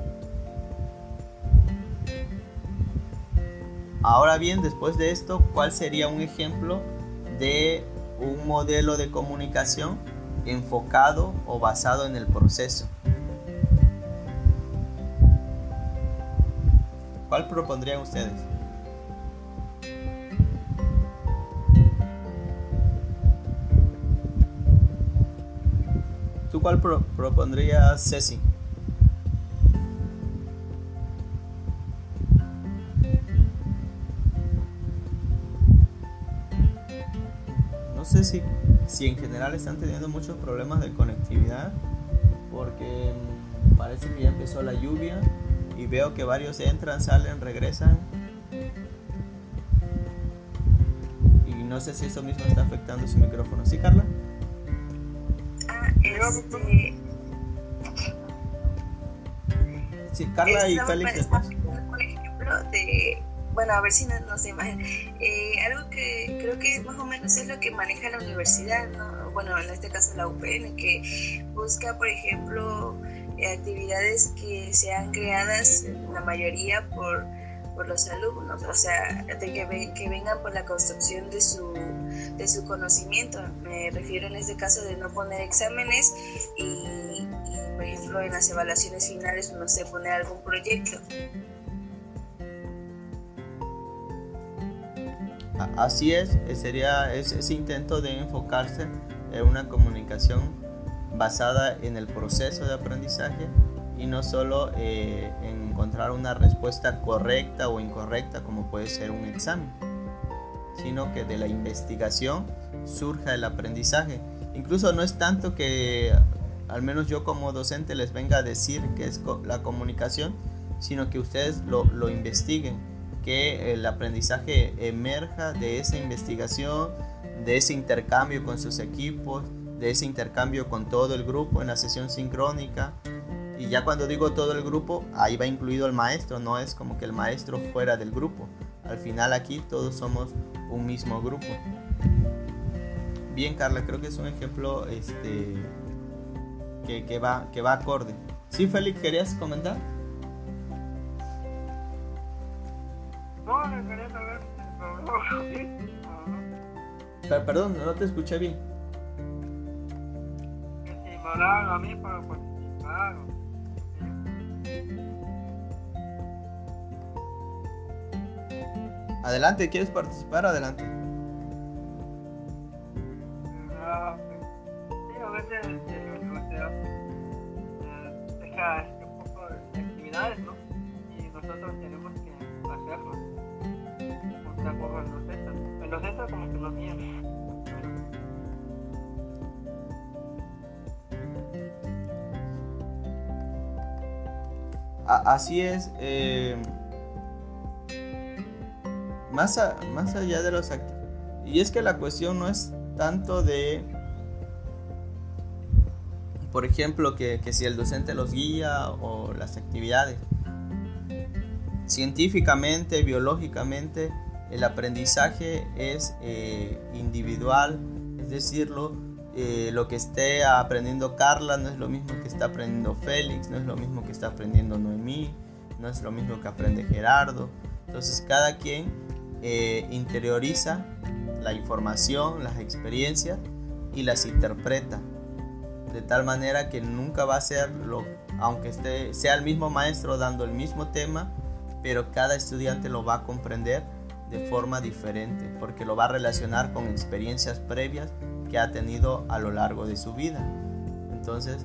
Ahora bien, después de esto, ¿cuál sería un ejemplo de un modelo de comunicación enfocado o basado en el proceso? ¿Cuál propondrían ustedes? ¿Tú cuál pro- propondrías, Ceci? No sé si, si en general están teniendo muchos problemas de conectividad, porque mmm, parece que ya empezó la lluvia y veo que varios entran, salen, regresan. Y no sé si eso mismo está afectando su micrófono. ¿Sí, Carla? Este, Sí, Carla y estaba Félix pensando, después. por ejemplo, de, bueno, a ver si no, no se imagina, eh, algo que creo que más o menos es lo que maneja la universidad, ¿no? Bueno, en este caso la U P N, que busca, por ejemplo, eh, actividades que sean creadas, la mayoría por, por los alumnos, o sea, de que, ven, que vengan por la construcción de su, de su conocimiento. Me refiero en este caso de no poner exámenes y, y por ejemplo, en las evaluaciones finales, no sé, poner algún proyecto. Así es, sería ese intento de enfocarse en una comunicación basada en el proceso de aprendizaje y no solo eh, en encontrar una respuesta correcta o incorrecta como puede ser un examen, sino que de la investigación surja el aprendizaje. Incluso no es tanto que al menos yo como docente les venga a decir qué es la comunicación, sino que ustedes lo, lo investiguen, que el aprendizaje emerja de esa investigación, de ese intercambio con sus equipos, de ese intercambio con todo el grupo en la sesión sincrónica. Y ya cuando digo todo el grupo, ahí va incluido el maestro, no es como que el maestro fuera del grupo. Al final aquí todos somos un mismo grupo. Bien, Carla, creo que es un ejemplo este, que, que, va, que va acorde. Sí, Félix, ¿querías comentar? No, no quería saber si el Per- Perdón, no te escuché bien. que si me hablaban a mí para participar. Adelante, ¿quieres participar? Adelante. Ah, sí, a veces eh, la universidad eh, deja este, un poco de actividades, ¿no? Y nosotros tenemos que hacerlas. Porque tampoco en los centros. En los centros como que no tienen. A- así es. Eh, más, a- más allá de los act- y es que la cuestión no es tanto de, por ejemplo, que, que si el docente los guía o las actividades. Científicamente, biológicamente, el aprendizaje es eh, individual, es decir, lo, eh, lo que esté aprendiendo Carla no es lo mismo que está aprendiendo Félix, no es lo mismo que está aprendiendo Noemí, no es lo mismo que aprende Gerardo. Entonces cada quien eh, interioriza la información, las experiencias y las interpreta de tal manera que nunca va a ser lo, aunque esté, sea el mismo maestro dando el mismo tema, pero cada estudiante lo va a comprender de forma diferente porque lo va a relacionar con experiencias previas que ha tenido a lo largo de su vida. Entonces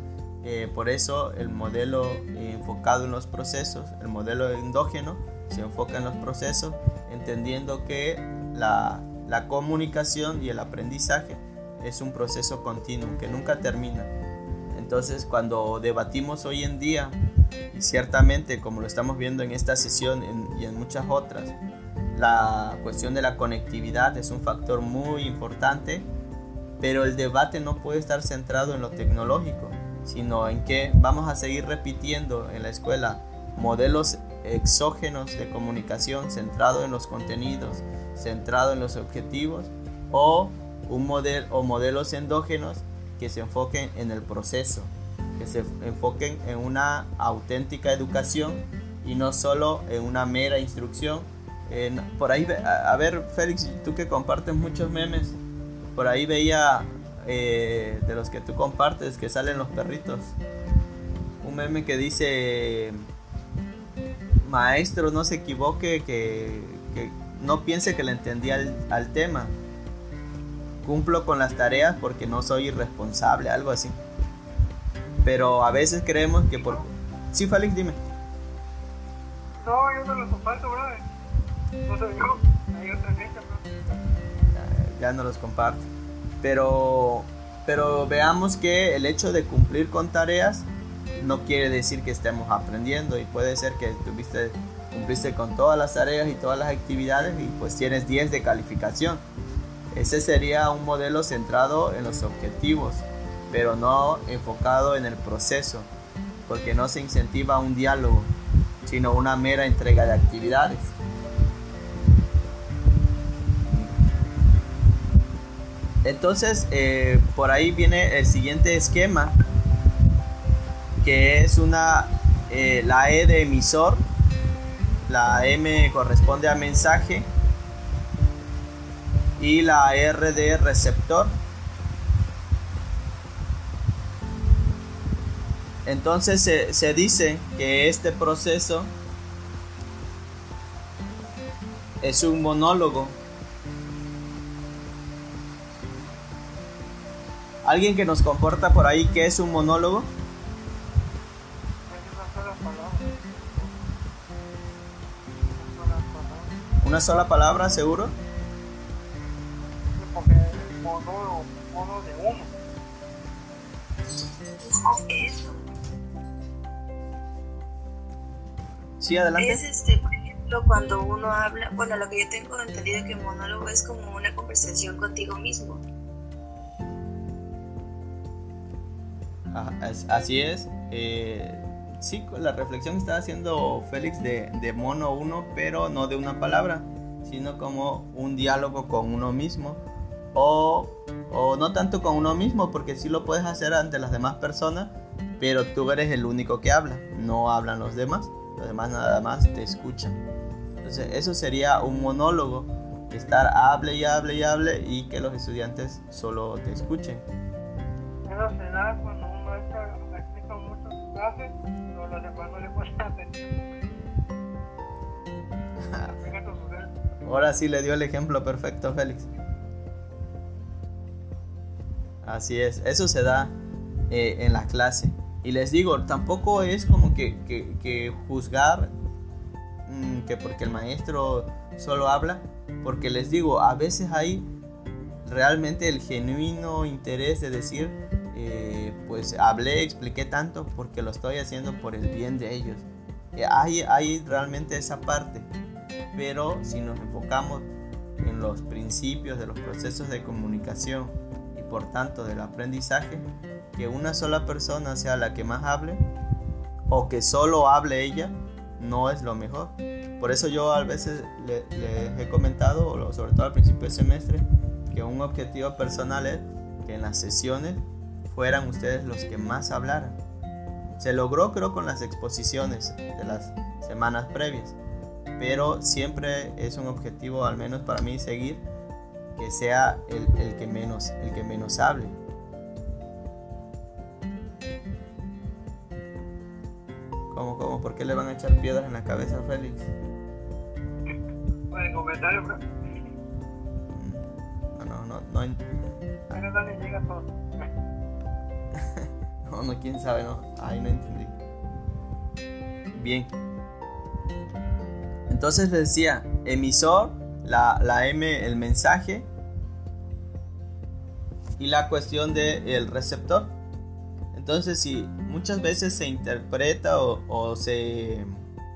Eh, por eso el modelo eh, enfocado en los procesos, el modelo endógeno, se enfoca en los procesos, entendiendo que la, la comunicación y el aprendizaje es un proceso continuo que nunca termina. Entonces, cuando debatimos hoy en día, y ciertamente como lo estamos viendo en esta sesión en, y en muchas otras, la cuestión de la conectividad es un factor muy importante, pero el debate no puede estar centrado en lo tecnológico, sino en que vamos a seguir repitiendo en la escuela modelos exógenos de comunicación centrado en los contenidos, centrado en los objetivos, o un modelo o modelos endógenos que se enfoquen en el proceso, que se enfoquen en una auténtica educación y no solo en una mera instrucción. En, por ahí, a, a ver, Félix, tú que compartes muchos memes, por ahí veía eh, de los que tú compartes que salen los perritos, un meme que dice: maestro, no se equivoque, que, que no piense que le entendí al, al tema, cumplo con las tareas porque no soy irresponsable, algo así. Pero a veces creemos que por... Sí, Félix, dime. No, yo no lo comparto, brother. No soy yo, hay otra gente, bro. Ya, ya no los comparto. Pero, pero veamos que el hecho de cumplir con tareas no quiere decir que estemos aprendiendo, y puede ser que tuviste, cumpliste con todas las tareas y todas las actividades y pues tienes diez de calificación. Ese sería un modelo centrado en los objetivos, pero no enfocado en el proceso, porque no se incentiva un diálogo, sino una mera entrega de actividades. Entonces, eh, por ahí viene el siguiente esquema, que es una, eh, la E de emisor, la M corresponde a mensaje, y la R de receptor. Entonces se, se dice que este proceso es un monólogo. ¿Alguien que nos comporta por ahí qué es un monólogo? ¿Una sola palabra, seguro? Porque es mono, mono de uno. Eso. Sí, adelante. Es este, por ejemplo, cuando uno habla, bueno, lo que yo tengo entendido que monólogo es como una conversación contigo mismo. Ah, es, así es. Eh, sí, la reflexión que está haciendo Félix de, de mono uno, pero no de una palabra, sino como un diálogo con uno mismo. O, o no tanto con uno mismo, porque sí lo puedes hacer ante las demás personas, pero tú eres el único que habla, no hablan los demás, los demás nada más te escuchan. Entonces eso sería un monólogo, estar hable y hable y hable y que los estudiantes solo te escuchen. Eso se da cuando un maestro explica mucho su clase, pero los demás no le ponen atención. Ahora sí le dio el ejemplo perfecto, Félix. Así es, eso se da eh, en la clase. Y les digo, tampoco es como que, que, que juzgar mmm, que porque el maestro solo habla, porque les digo, a veces hay realmente el genuino interés de decir, eh, pues hablé, expliqué tanto porque lo estoy haciendo por el bien de ellos. Eh, hay, hay realmente esa parte, pero si nos enfocamos en los principios de los procesos de comunicación, por tanto del aprendizaje, que una sola persona sea la que más hable o que solo hable ella no es lo mejor. Por eso yo a veces les le he comentado, sobre todo al principio del semestre, que un objetivo personal es que en las sesiones fueran ustedes los que más hablaran. Se logró, creo, con las exposiciones de las semanas previas, pero siempre es un objetivo, al menos para mí, seguir que sea el, el que menos el que menos hable. ¿Cómo, cómo? ¿Por qué le van a echar piedras en la cabeza a Félix? Por el comentario, bro. No, no, no, no. Ahí no le llega todo. No, no, quién sabe, no. Ahí no entendí. Bien. Entonces les decía, emisor, la, la M, el mensaje, y la cuestión del receptor. Entonces, si muchas veces se interpreta o, o se,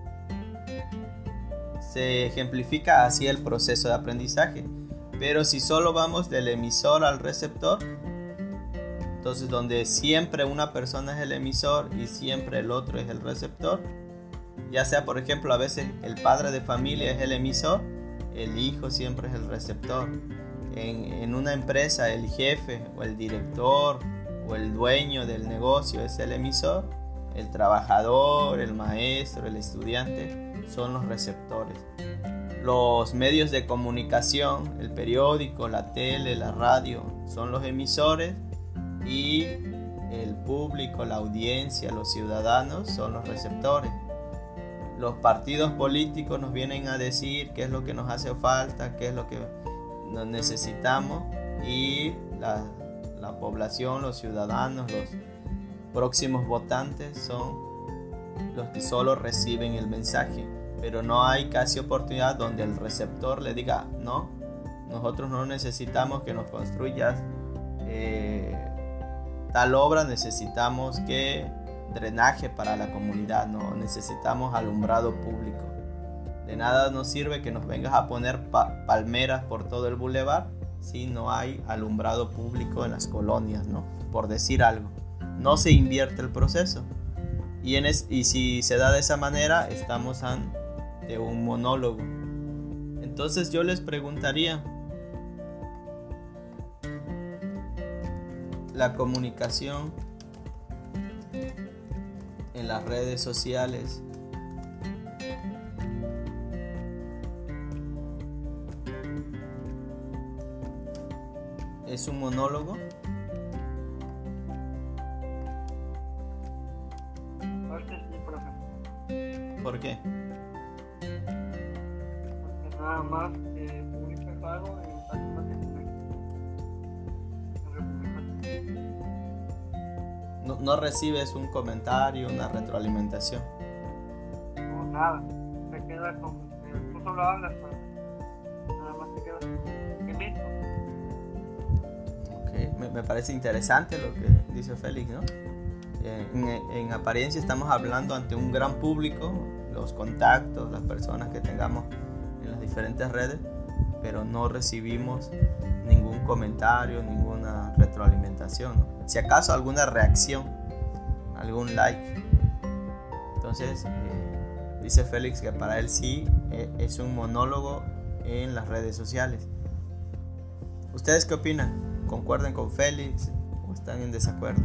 se ejemplifica así el proceso de aprendizaje, pero si solo vamos del emisor al receptor, entonces donde siempre una persona es el emisor y siempre el otro es el receptor, ya sea por ejemplo a veces el padre de familia es el emisor, el hijo siempre es el receptor. En, en una empresa el jefe o el director o el dueño del negocio es el emisor, el trabajador, el maestro, el estudiante son los receptores. Los medios de comunicación, el periódico, la tele, la radio son los emisores y el público, la audiencia, los ciudadanos son los receptores. Los partidos políticos nos vienen a decir qué es lo que nos hace falta, qué es lo que nos necesitamos, y la, la población, los ciudadanos, los próximos votantes son los que solo reciben el mensaje, pero no hay casi oportunidad donde el receptor le diga no, nosotros no necesitamos que nos construyas eh, tal obra, necesitamos que drenaje para la comunidad, no necesitamos alumbrado público. De nada nos sirve que nos vengas a poner pa- palmeras por todo el bulevar si no hay alumbrado público en las colonias, ¿no? Por decir algo. No se invierte el proceso. Y, en es- y si se da de esa manera, estamos ante un monólogo. Entonces yo les preguntaría, la comunicación en las redes sociales ¿es un monólogo? Parte sí, profe. ¿Por qué? Porque nada más eh, publicas algo en páginas de No, no recibes un comentario, una retroalimentación. no, nada. Se queda como eh, tú solo hablas, pues. Nada más te quedas en esto. Okay. Me, me parece interesante lo que dice Félix, ¿no? En, en apariencia estamos hablando ante un gran público, los contactos, las personas que tengamos en las diferentes redes, pero no recibimos ningún comentario, ninguna retroalimentación, ¿no? Si acaso alguna reacción, algún like. Entonces eh, dice Félix que para él sí eh, es un monólogo en las redes sociales. ¿Ustedes qué opinan? ¿Concuerdan con Félix o están en desacuerdo?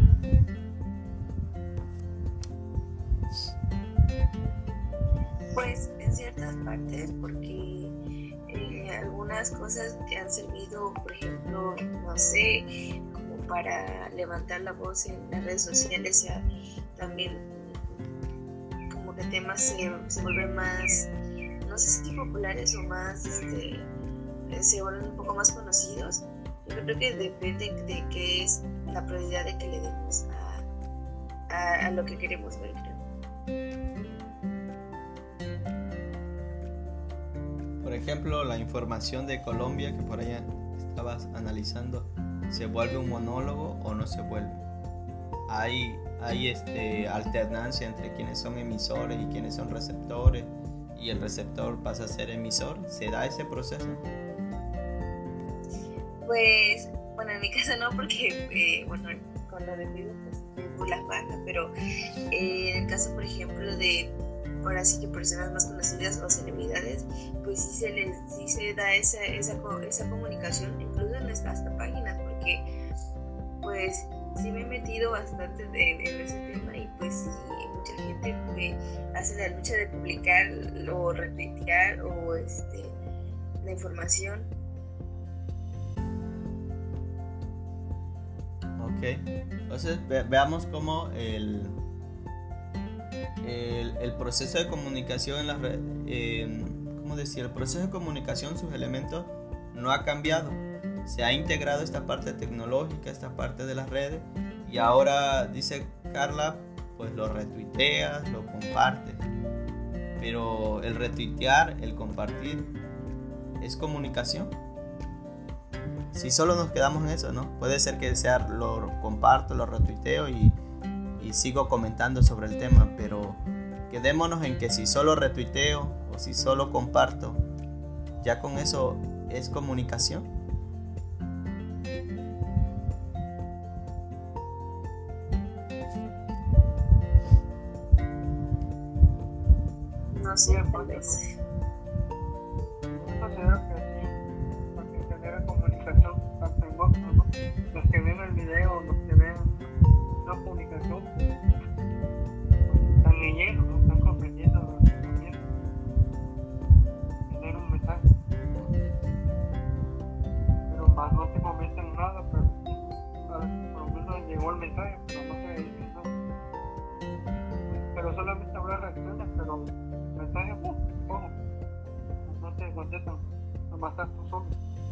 Pues en ciertas partes, porque eh, algunas cosas que han servido, por ejemplo, no sé, como para levantar la voz en las redes sociales, ya también como que temas se, se vuelven más, no sé si populares o más, este, se vuelven un poco más conocidos. Yo creo que depende de qué es la prioridad de que le demos a, a, a lo que queremos ver, creo. Por ejemplo, la información de Colombia que por allá estabas analizando, ¿se vuelve un monólogo o no se vuelve? Hay, hay este, alternancia entre quienes son emisores y quienes son receptores, y el receptor pasa a ser emisor. ¿Se da ese proceso? Pues, bueno, en mi caso no, porque, eh, bueno, con lo de video, pues, por las bajas, pero eh, en el caso, por ejemplo, de, ahora sí que personas más conocidas o celebridades, pues sí se les, sí se da esa, esa, esa comunicación, incluso en nuestras páginas, porque, pues, sí me he metido bastante en, en ese tema, y pues sí, mucha gente pues, hace la lucha de publicar o retuitear o este, la información. Ok, entonces ve, veamos cómo el, el, el proceso de comunicación en las redes, eh, ¿cómo decir? El proceso de comunicación, sus elementos no ha cambiado. Se ha integrado esta parte tecnológica, esta parte de las redes, y ahora dice Carla, pues lo retuiteas, lo compartes. Pero el retuitear, el compartir, ¿es comunicación? Si solo nos quedamos en eso, ¿no? Puede ser que sea lo comparto, lo retuiteo y, y sigo comentando sobre el tema, pero quedémonos en que si solo retuiteo o si solo comparto, ¿ya con eso es comunicación? No sé, tal vez. Yo considero que sí, porque genera comunicación tanto en voz, ¿no? Los que ven el video, los que ven la comunicación, pues, están leyendo, ¿no? Están comprendiendo lo que están viendo. Tener un mensaje. Pero más no se comentan nada, pero sí, por lo menos llegó el mensaje, pero no se dice nada. Pero solamente habrá reacciones, pero mensajes, pues, ojo, no te contestan, nomás estás tú solo.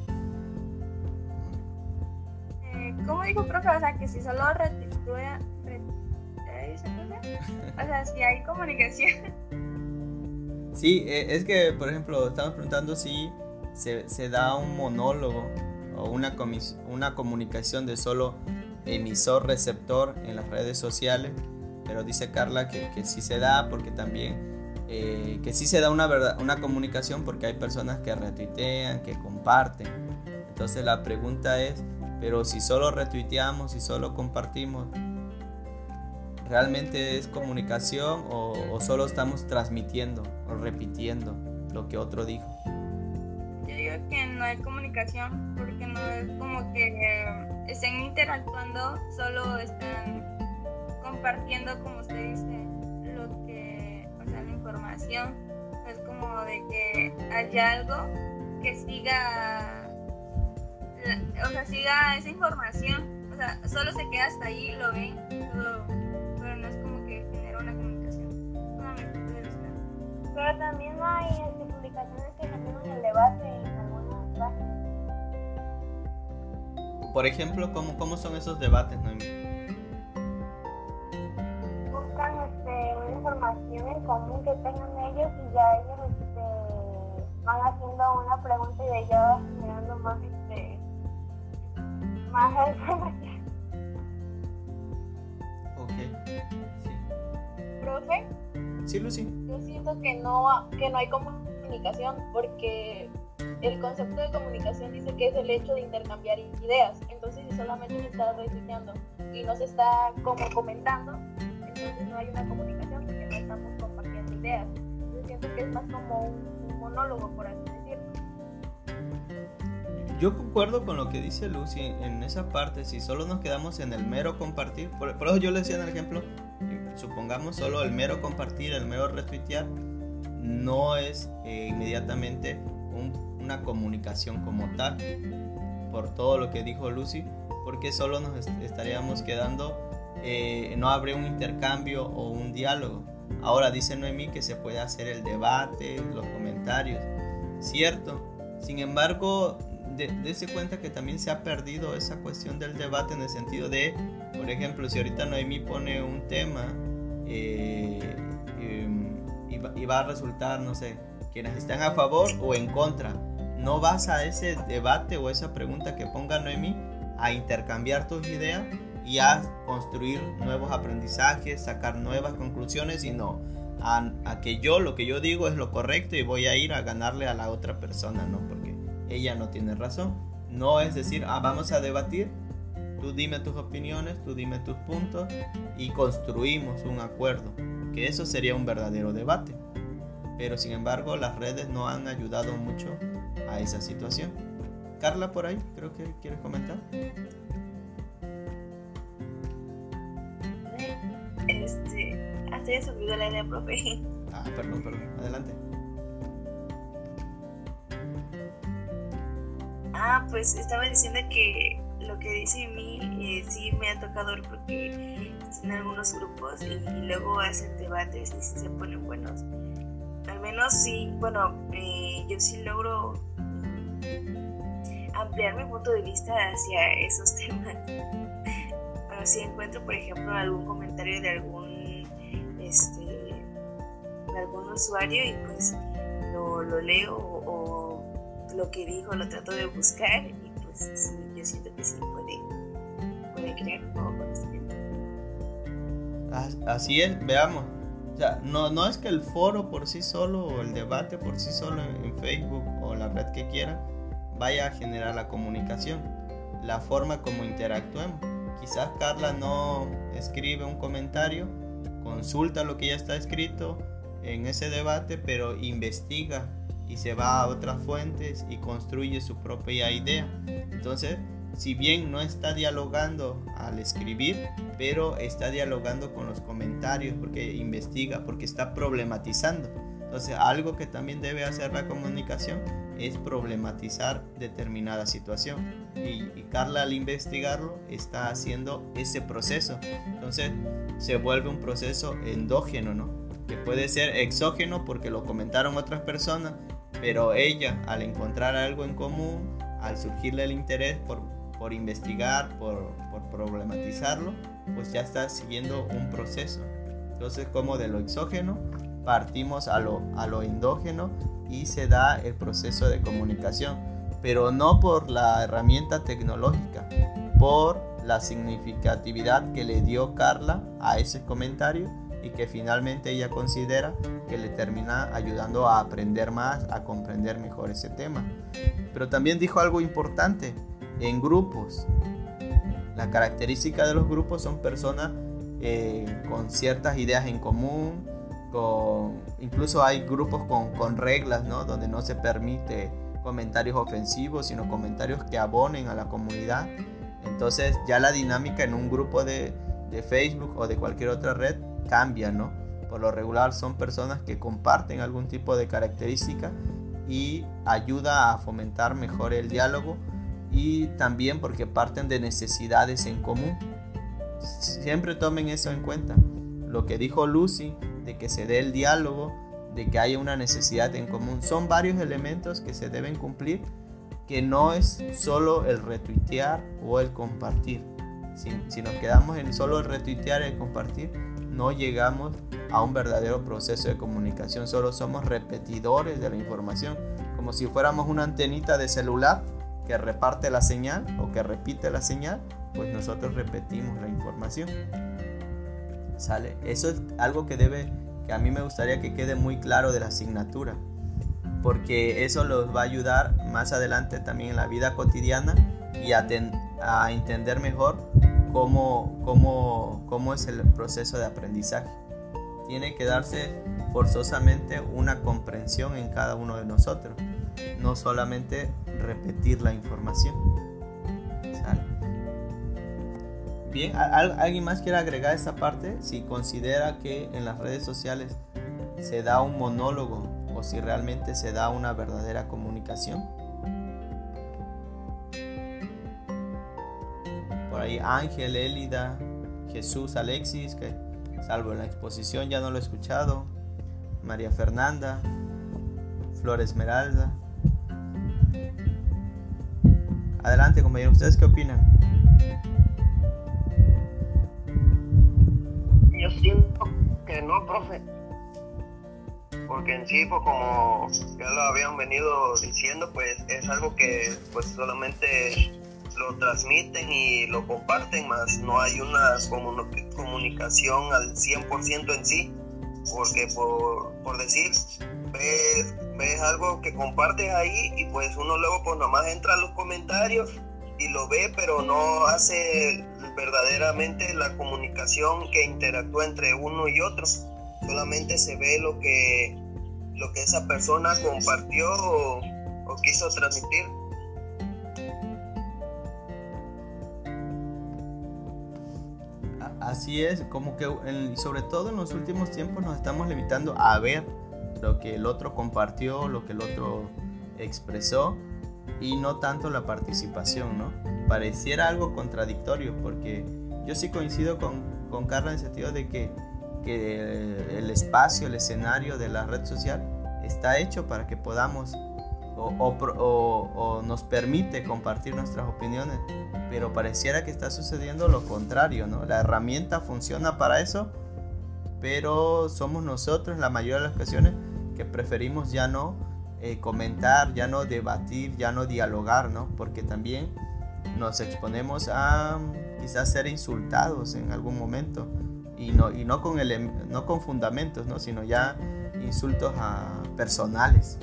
Eh, ¿Cómo dijo profe? O sea, que si solo retuitea, ¿eh? O sea, si hay comunicación. Sí, eh, es que, por ejemplo, estamos preguntando si se, se da un monólogo o una, comis- una comunicación de solo emisor-receptor en las redes sociales, pero dice Carla que, que sí se da porque también, eh, que sí se da una, verdad, una comunicación porque hay personas que retuitean, que comparten. Entonces la pregunta es, pero si solo retuiteamos, si solo compartimos, ¿realmente es comunicación o, o solo estamos transmitiendo o repitiendo lo que otro dijo? Yo digo que no hay comunicación porque no es como que eh, estén interactuando, solo están compartiendo, como usted dice, lo que, o sea, la información. Es como de que haya algo que siga, la, o sea, siga esa información. O sea, solo se queda hasta ahí, lo ven, solo, pero no es como que genera una comunicación. No, a mi punto de vista. Pero también hay este, publicaciones que generan el debate en algunas páginas. Por ejemplo, ¿cómo, cómo son esos debates, Noemí? Buscan este, una información en común que tengan ellos y ya ellos este, van haciendo una pregunta y de ella va generando más, este, más información. Ok, sí. Profe, Sí, Lucy. yo siento que no, que no hay comunicación porque el concepto de comunicación dice que es el hecho de intercambiar ideas. Entonces, si solamente se está retuiteando y no se está como comentando, entonces no hay una comunicación porque no estamos compartiendo ideas. Yo siento que es más como un, un monólogo, por así decirlo. Yo concuerdo con lo que dice Lucy en esa parte. Si solo nos quedamos en el mero compartir, por, por eso yo le decía en el ejemplo, supongamos solo el mero compartir, el mero retuitear, no es eh, inmediatamente un, una comunicación como tal, por todo lo que dijo Lucy, porque solo nos est- estaríamos quedando, eh, no habría un intercambio o un diálogo. Ahora dice Noemí que se puede hacer el debate, los comentarios, cierto. Sin embargo, de, dése cuenta que también se ha perdido esa cuestión del debate en el sentido de, por ejemplo, si ahorita Noemí pone un tema eh, eh, y, va, y va a resultar, no sé, quienes están a favor o en contra, no vas a ese debate o esa pregunta que ponga Noemí a intercambiar tus ideas y a construir nuevos aprendizajes, sacar nuevas conclusiones, sino a, a que yo, lo que yo digo es lo correcto y voy a ir a ganarle a la otra persona, ¿no? Porque ella no tiene razón. No es decir, ah, vamos a debatir, tú dime tus opiniones, tú dime tus puntos y construimos un acuerdo, que eso sería un verdadero debate. Pero sin embargo, las redes no han ayudado mucho a esa situación. Carla, por ahí, creo que quieres comentar. Este, hasta ya se olvidó la idea, profe. Ah, perdón, perdón, adelante. Ah, pues estaba diciendo que lo que dice mí eh, sí me ha tocado ver porque en algunos grupos y luego hacen debates y sí se ponen buenos. Al menos sí, bueno, eh, yo sí logro ampliar mi punto de vista hacia esos temas. sea, si encuentro, por ejemplo, algún comentario de algún, este, de algún usuario y pues lo, lo leo o, o lo que dijo lo trato de buscar y pues sí, yo siento que sí puede, puede crear un nuevo conocimiento. Así es, veamos. O sea, no, no es que el foro por sí solo o el debate por sí solo en, en Facebook o la red que quiera vaya a generar la comunicación, la forma como interactuemos. Quizás Carla no escribe un comentario, consulta lo que ya está escrito en ese debate, pero investiga y se va a otras fuentes y construye su propia idea. Entonces, si bien no está dialogando al escribir, pero está dialogando con los comentarios porque investiga, porque está problematizando. Entonces, algo que también debe hacer la comunicación es problematizar determinada situación. Y, y Carla, al investigarlo, está haciendo ese proceso. Entonces, se vuelve un proceso endógeno, ¿no? Que puede ser exógeno porque lo comentaron otras personas, pero ella, al encontrar algo en común, al surgirle el interés por, por investigar, por, por problematizarlo, pues ya está siguiendo un proceso. Entonces, como de lo exógeno partimos a lo, a lo endógeno y se da el proceso de comunicación, pero no por la herramienta tecnológica, por la significatividad que le dio Carla a ese comentario y que finalmente ella considera que le termina ayudando a aprender más, a comprender mejor ese tema. Pero también dijo algo importante: en grupos. La característica de los grupos son personas eh, con ciertas ideas en común, con, incluso hay grupos con, con reglas, ¿no? Donde no se permite comentarios ofensivos, sino comentarios que abonen a la comunidad. Entonces ya la dinámica en un grupo de, de Facebook o de cualquier otra red cambia, ¿no? Por lo regular son personas que comparten algún tipo de característica y ayuda a fomentar mejor el diálogo, y también porque parten de necesidades en común. Siempre tomen eso en cuenta. Lo que dijo Lucy, de que se dé el diálogo, de que haya una necesidad en común, son varios elementos que se deben cumplir, que no es solo el retuitear o el compartir. Si, si nos quedamos en solo el retuitear y el compartir, no llegamos a un verdadero proceso de comunicación, solo somos repetidores de la información, como si fuéramos una antenita de celular que reparte la señal o que repite la señal, pues nosotros repetimos la información. ¿Sale? Eso es algo que debe, que a mí me gustaría que quede muy claro de la asignatura, porque eso los va a ayudar más adelante también en la vida cotidiana y a, ten, a entender mejor cómo, cómo, cómo es el proceso de aprendizaje. Tiene que darse forzosamente una comprensión en cada uno de nosotros, no solamente repetir la información. ¿Sale? Bien, ¿alguien más quiere agregar esta parte? Si considera que en las redes sociales se da un monólogo o si realmente se da una verdadera comunicación. Por ahí Ángel, Élida, Jesús, Alexis, que salvo en la exposición ya no lo he escuchado. María Fernanda, Flor Esmeralda. Adelante, compañeros, ¿ustedes qué opinan? Yo siento que no, profe, porque en sí, pues como ya lo habían venido diciendo, pues es algo que pues solamente lo transmiten y lo comparten, más no hay una comun- comunicación al cien por ciento en sí, porque por, por decir, ves, ves algo que compartes ahí y pues uno luego pues nomás entra a los comentarios y lo ve, pero no hace verdaderamente la comunicación que interactúa entre uno y otro. Solamente se ve lo que, lo que esa persona compartió o, o quiso transmitir. Así es, como que en, sobre todo en los últimos tiempos nos estamos limitando a ver lo que el otro compartió, lo que el otro expresó, y no tanto la participación, ¿no? Pareciera algo contradictorio, porque yo sí coincido con, con Carla en el sentido de que, que el espacio, el escenario de la red social está hecho para que podamos o, o, o, o nos permite compartir nuestras opiniones, pero pareciera que está sucediendo lo contrario, ¿no? La herramienta funciona para eso, pero somos nosotros en la mayoría de las ocasiones que preferimos ya no eh, comentar, ya no debatir, ya no dialogar, ¿no? Porque también nos exponemos a quizás ser insultados en algún momento y no, y no, con, ele- no con fundamentos, ¿no? Sino ya insultos a personales.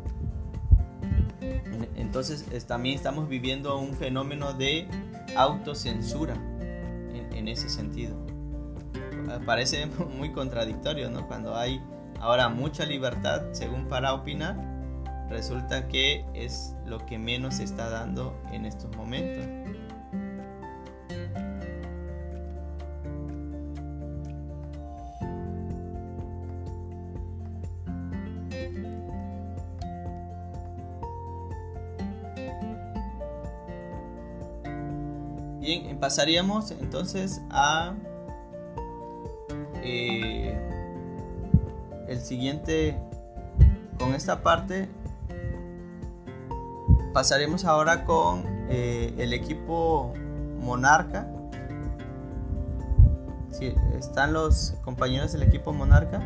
Entonces es, también estamos viviendo un fenómeno de autocensura en, en ese sentido. Parece muy contradictorio, ¿no? Cuando hay ahora mucha libertad, según para opinar, resulta que es lo que menos se está dando en estos momentos. Bien, pasaríamos entonces a eh, el siguiente. Con esta parte pasaremos ahora con eh, el equipo Monarca. Sí, están los compañeros del equipo Monarca.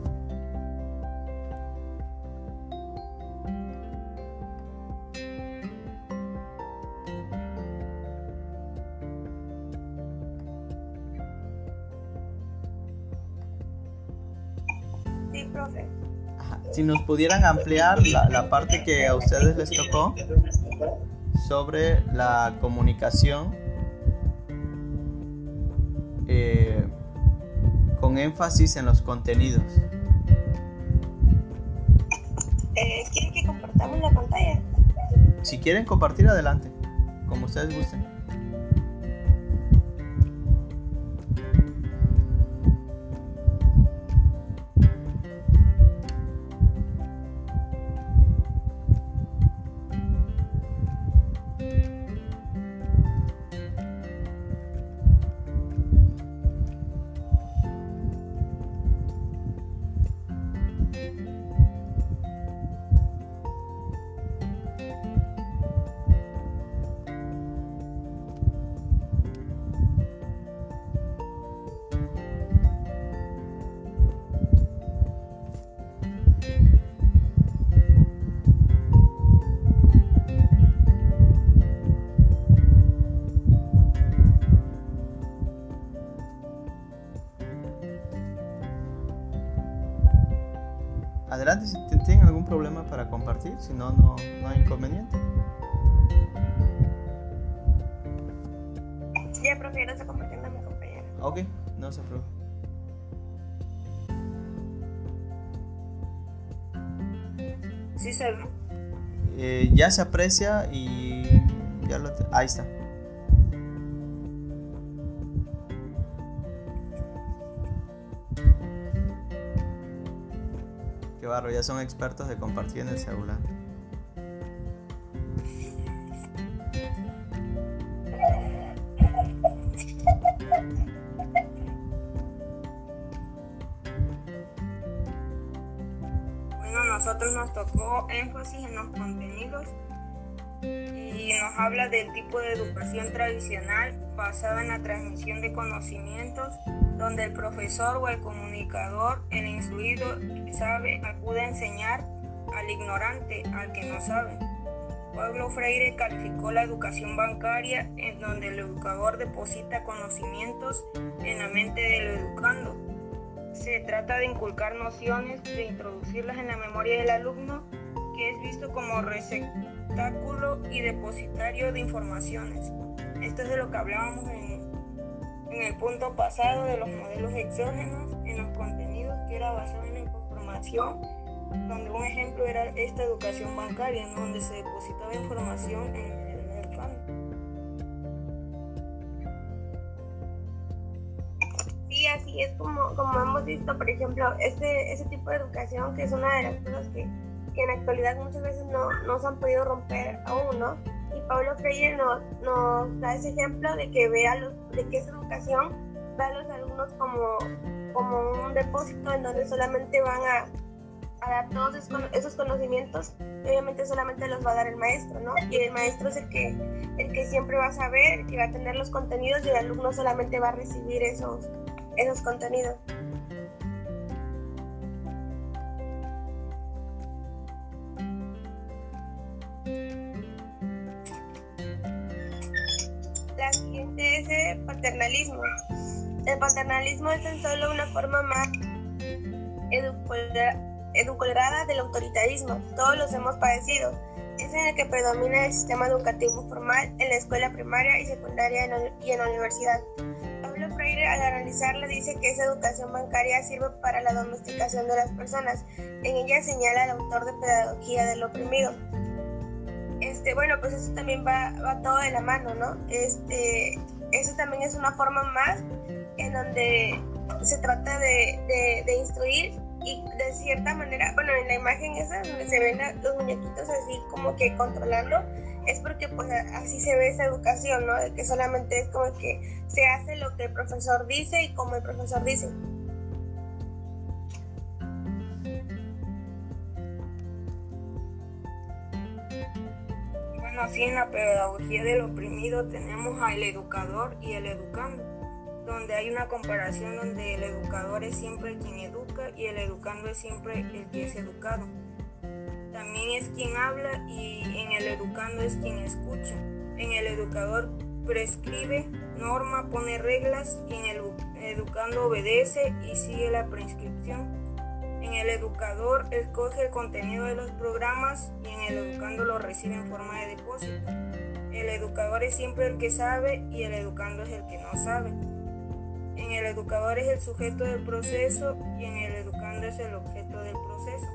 Sí, profe. Si nos pudieran ampliar la, la parte que a ustedes les tocó sobre la comunicación eh, con énfasis en los contenidos. Eh, ¿Quieren que compartamos la pantalla? Si quieren compartir, adelante, como ustedes gusten. Adelante si tienen algún problema para compartir, si no, no, no hay inconveniente. Ya, profe, no está compartiendo a mi compañera. Ok, no se preocupe. Sí se ve. Eh, ya se aprecia y ya lo te- ahí está. Qué barro, ya son expertos de compartir en el celular. Bueno, a nosotros nos tocó énfasis en los contenidos y nos habla del tipo de educación tradicional basada en la transmisión de conocimientos, donde el profesor o el comunicador, el instruido que sabe, acude a enseñar al ignorante, al que no sabe. Pablo Freire calificó la educación bancaria, en donde el educador deposita conocimientos en la mente del educando. Se trata de inculcar nociones, de introducirlas en la memoria del alumno, que es visto como receptáculo y depositario de informaciones. Esto es de lo que hablábamos en, en el punto pasado de los modelos exógenos en los contenidos, que era basado en la información, donde un ejemplo era esta educación bancaria, ¿no? Donde se depositaba información en el mercado. Sí, así es como, como hemos visto, por ejemplo, este, ese tipo de educación, que es una de las cosas que, que en la actualidad muchas veces no, no se han podido romper aún, ¿no? Y Pablo Freire nos, nos da ese ejemplo de que vea los, de que esa educación ve a los alumnos como, como un depósito en donde solamente van a, a dar todos esos conocimientos, obviamente solamente los va a dar el maestro, ¿no? Y el maestro es el que, el que siempre va a saber, que va a tener los contenidos, y el alumno solamente va a recibir esos, esos contenidos. La siguiente es el paternalismo. El paternalismo es tan solo una forma más edulcorada del autoritarismo. Todos los hemos padecido. Es en el que predomina el sistema educativo formal en la escuela primaria y secundaria y en la universidad. Pablo Freire, al analizarla, dice que esa educación bancaria sirve para la domesticación de las personas. En ella señala al autor de Pedagogía del Oprimido. Este, bueno, pues eso también va, va todo de la mano, ¿no? Este, eso también es una forma más en donde se trata de, de, de instruir, y de cierta manera, bueno, en la imagen esa donde se ven los muñequitos así como que controlando, es porque pues así se ve esa educación, ¿no? De que solamente es como que se hace lo que el profesor dice y como el profesor dice. Bueno, así en la pedagogía del oprimido tenemos al educador y el educando, donde hay una comparación donde el educador es siempre quien educa y el educando es siempre el que es educado. También es quien habla y en el educando es quien escucha. En el educador prescribe, norma, pone reglas, y en el educando obedece y sigue la prescripción. En el educador escoge el contenido de los programas y en el educando lo recibe en forma de depósito. El educador es siempre el que sabe y el educando es el que no sabe. En el educador es el sujeto del proceso y en el educando es el objeto del proceso.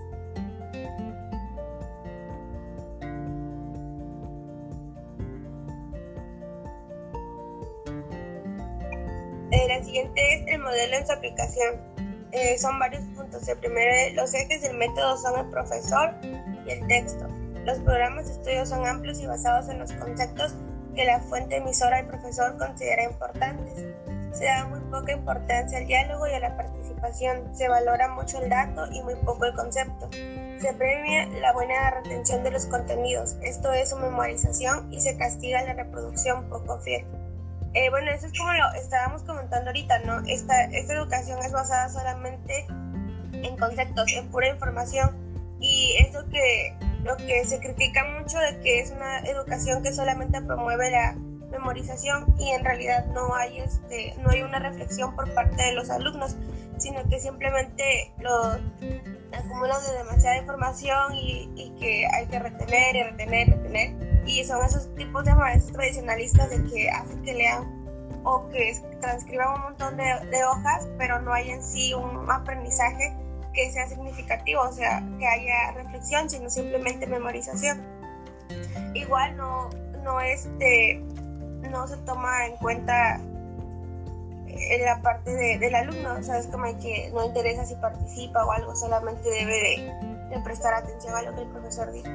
Eh, la siguiente es el modelo en su aplicación. Eh, son varios puntos. El primero, los ejes del método son el profesor y el texto. Los programas de estudio son amplios y basados en los conceptos que la fuente emisora y el profesor considera importantes. Se da muy poca importancia al diálogo y a la participación. Se valora mucho el dato y muy poco el concepto. Se premia la buena retención de los contenidos, esto es su memorización, y se castiga la reproducción poco fiel. Eh, bueno, eso es como lo estábamos comentando ahorita, ¿no? Esta, esta educación es basada solamente en conceptos, en pura información, y es lo que, lo que se critica mucho, de que es una educación que solamente promueve la memorización, y en realidad no hay, este, no hay una reflexión por parte de los alumnos, sino que simplemente los acumulan de demasiada información y, y que hay que retener y retener y retener. Y son esos tipos de maestros tradicionalistas de que hacen que lean o que transcriban un montón de, de hojas, pero no hay en sí un aprendizaje que sea significativo, o sea, que haya reflexión, sino simplemente memorización. Igual no, no, este, no se toma en cuenta en la parte de, del alumno, o sea, es como que no interesa si participa o algo, solamente debe de, de prestar atención a lo que el profesor dice.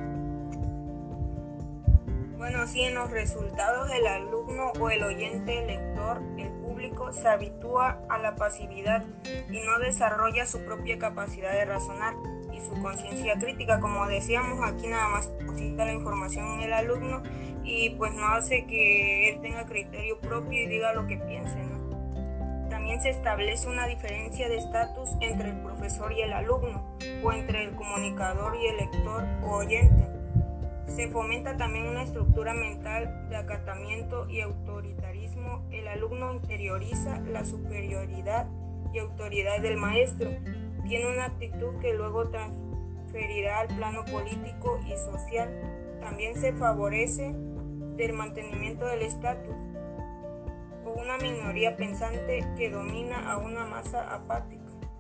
Bueno, así en los resultados el alumno o el oyente, el lector, el público se habitúa a la pasividad y no desarrolla su propia capacidad de razonar y su conciencia crítica. Como decíamos, aquí nada más cita la información en el alumno y pues no hace que él tenga criterio propio y diga lo que piense, ¿no? También se establece una diferencia de estatus entre el profesor y el alumno, o entre el comunicador y el lector o oyente. Se fomenta también una estructura mental de acatamiento y autoritarismo. El alumno interioriza la superioridad y autoridad del maestro. Tiene una actitud que luego transferirá al plano político y social. También se favorece del mantenimiento del estatus, o una minoría pensante que domina a una masa apática.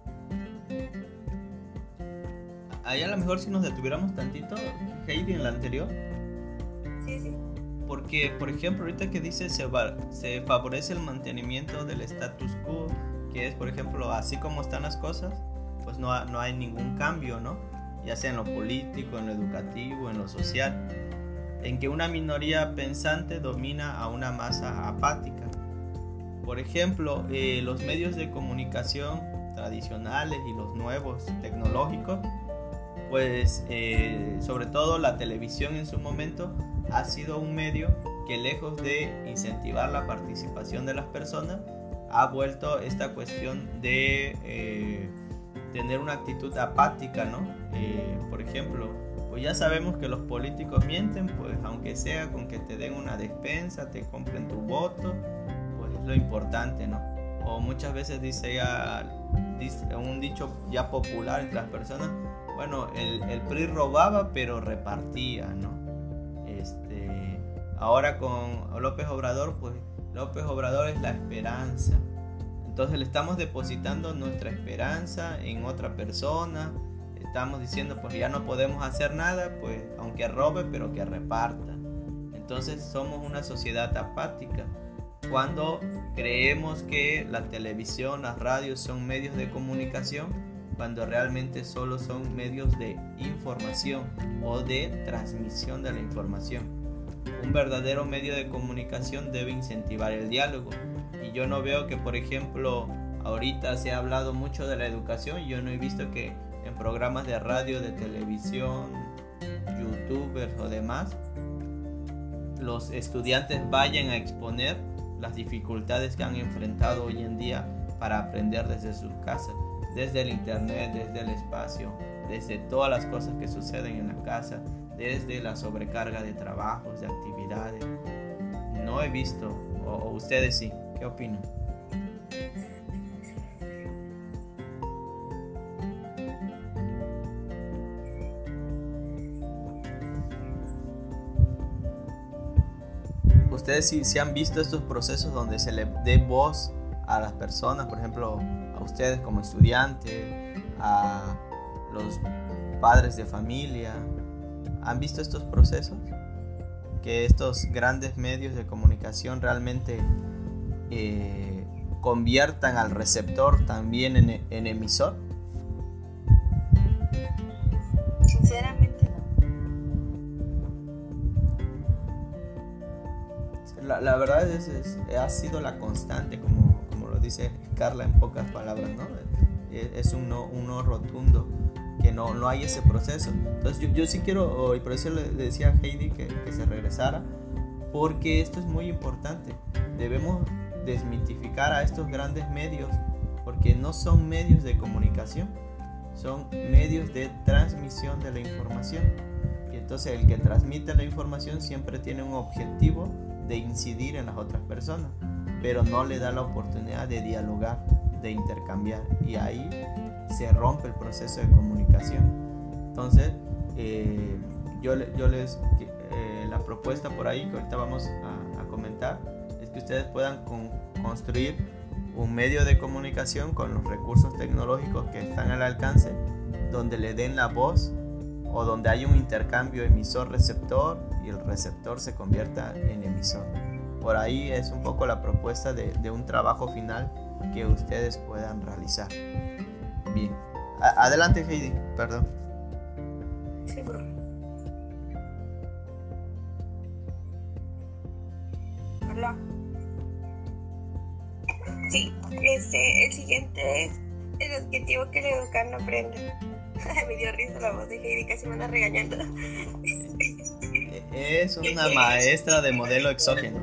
Ahí a lo mejor si nos detuviéramos tantito, Heidi, en la anterior. Sí, sí. Porque, por ejemplo, ahorita que dice se, va, se favorece el mantenimiento del status quo, que es, por ejemplo, así como están las cosas, pues no, no hay ningún cambio, ¿no? Ya sea en lo político, en lo educativo, en lo social. En que una minoría pensante domina a una masa apática. Por ejemplo, eh, los medios de comunicación tradicionales y los nuevos tecnológicos pues eh, sobre todo la televisión en su momento ha sido un medio que, lejos de incentivar la participación de las personas, ha vuelto esta cuestión de eh, tener una actitud apática, ¿no? Eh, por ejemplo, pues ya sabemos que los políticos mienten, pues aunque sea con que te den una despensa, te compren tu voto, pues es lo importante, ¿no? O muchas veces dice ya dice un dicho ya popular entre las personas, bueno, el, el P R I robaba pero repartía, ¿no? Este, ahora con López Obrador, pues López Obrador es la esperanza. Entonces le estamos depositando nuestra esperanza en otra persona. Estamos diciendo, pues ya no podemos hacer nada, pues aunque robe, pero que reparta. Entonces somos una sociedad apática. Cuando creemos que la televisión, las radios son medios de comunicación, cuando realmente solo son medios de información o de transmisión de la información. Un verdadero medio de comunicación debe incentivar el diálogo. Y yo no veo que, por ejemplo, ahorita se ha hablado mucho de la educación. Yo no he visto que en programas de radio, de televisión, youtubers o demás, los estudiantes vayan a exponer las dificultades que han enfrentado hoy en día para aprender desde sus casas, desde el internet, desde el espacio, desde todas las cosas que suceden en la casa, desde la sobrecarga de trabajos, de actividades. No he visto, o, o ustedes sí, ¿qué opinan? Ustedes sí, sí han visto estos procesos donde se le dé voz a las personas, por ejemplo, a ustedes como estudiantes, a los padres de familia. ¿Han visto estos procesos? Que estos grandes medios de comunicación realmente eh, conviertan al receptor también en, en emisor. Sinceramente no. La, la verdad es, es ha sido la constante, como, como lo dice Carla en pocas palabras, ¿no? Es, es un no, un no rotundo, que no, no hay ese proceso. Entonces yo, yo sí quiero, y por eso le decía a Heidi que, que se regresara, porque esto es muy importante. Debemos desmitificar a estos grandes medios, porque no son medios de comunicación, son medios de transmisión de la información. Y entonces el que transmite la información siempre tiene un objetivo de incidir en las otras personas, pero no le da la oportunidad de dialogar, de intercambiar, y ahí se rompe el proceso de comunicación. Entonces eh, yo, yo les eh, la propuesta por ahí que ahorita vamos a, a comentar es que ustedes puedan con, construir un medio de comunicación con los recursos tecnológicos que están al alcance, donde le den la voz, o donde hay un intercambio emisor-receptor y el receptor se convierta en emisor. Por ahí es un poco la propuesta de, de un trabajo final que ustedes puedan realizar. Bien, a- adelante Heidi, perdón. Sí, bro. Hola. Sí, este, el siguiente es el objetivo que el educar no aprenda. Me dio risa la voz de Heidi, casi me anda regañando. Es una maestra de modelo exógeno.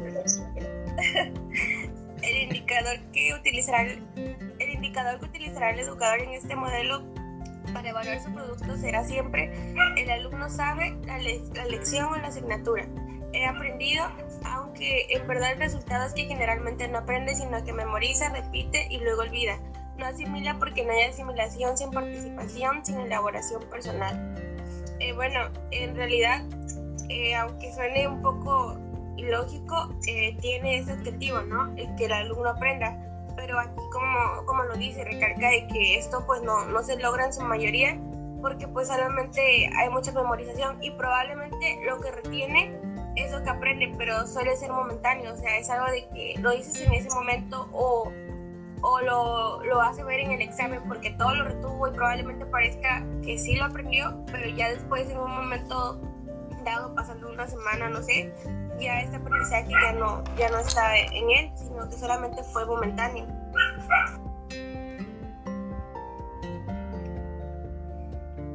El indicador que utilizará el, el indicador que utilizará el educador en este modelo para evaluar su producto será siempre: el alumno sabe la, le- la lección o la asignatura. He aprendido, aunque en verdad el resultado es que generalmente no aprende, sino que memoriza, repite y luego olvida. No asimila porque no hay asimilación sin participación, sin elaboración personal. Eh, bueno, en realidad, eh, aunque suene un poco ilógico, eh, tiene ese objetivo, ¿no? El que el alumno aprenda. Pero aquí, como, como lo dice, recalca de que esto pues no, no se logra en su mayoría, porque pues solamente hay mucha memorización y probablemente lo que retiene es lo que aprende, pero suele ser momentáneo. O sea, es algo de que lo dices en ese momento o... o lo, lo hace ver en el examen porque todo lo retuvo y probablemente parezca que sí lo aprendió, pero ya después en un momento dado, pasando una semana, no sé, ya este aprendizaje ya no, ya no está en él, sino que solamente fue momentáneo.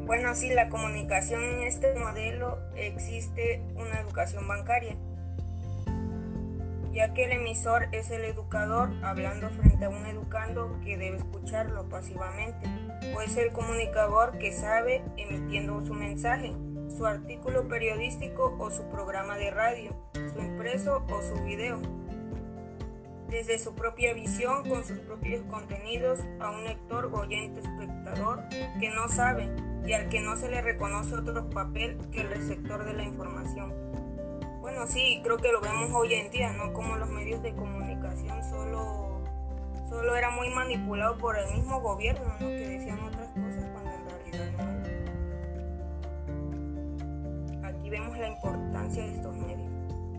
Bueno, sí, la comunicación en este modelo existe una educación bancaria, ya que el emisor es el educador hablando frente a un educando que debe escucharlo pasivamente, o es el comunicador que sabe emitiendo su mensaje, su artículo periodístico o su programa de radio, su impreso o su video, desde su propia visión con sus propios contenidos a un lector, oyente, espectador que no sabe y al que no se le reconoce otro papel que el receptor de la información. Bueno, sí, creo que lo vemos hoy en día, ¿no? Como los medios de comunicación solo, solo era muy manipulado por el mismo gobierno, ¿no? Que decían otras cosas cuando en realidad no era. Aquí vemos la importancia de estos medios.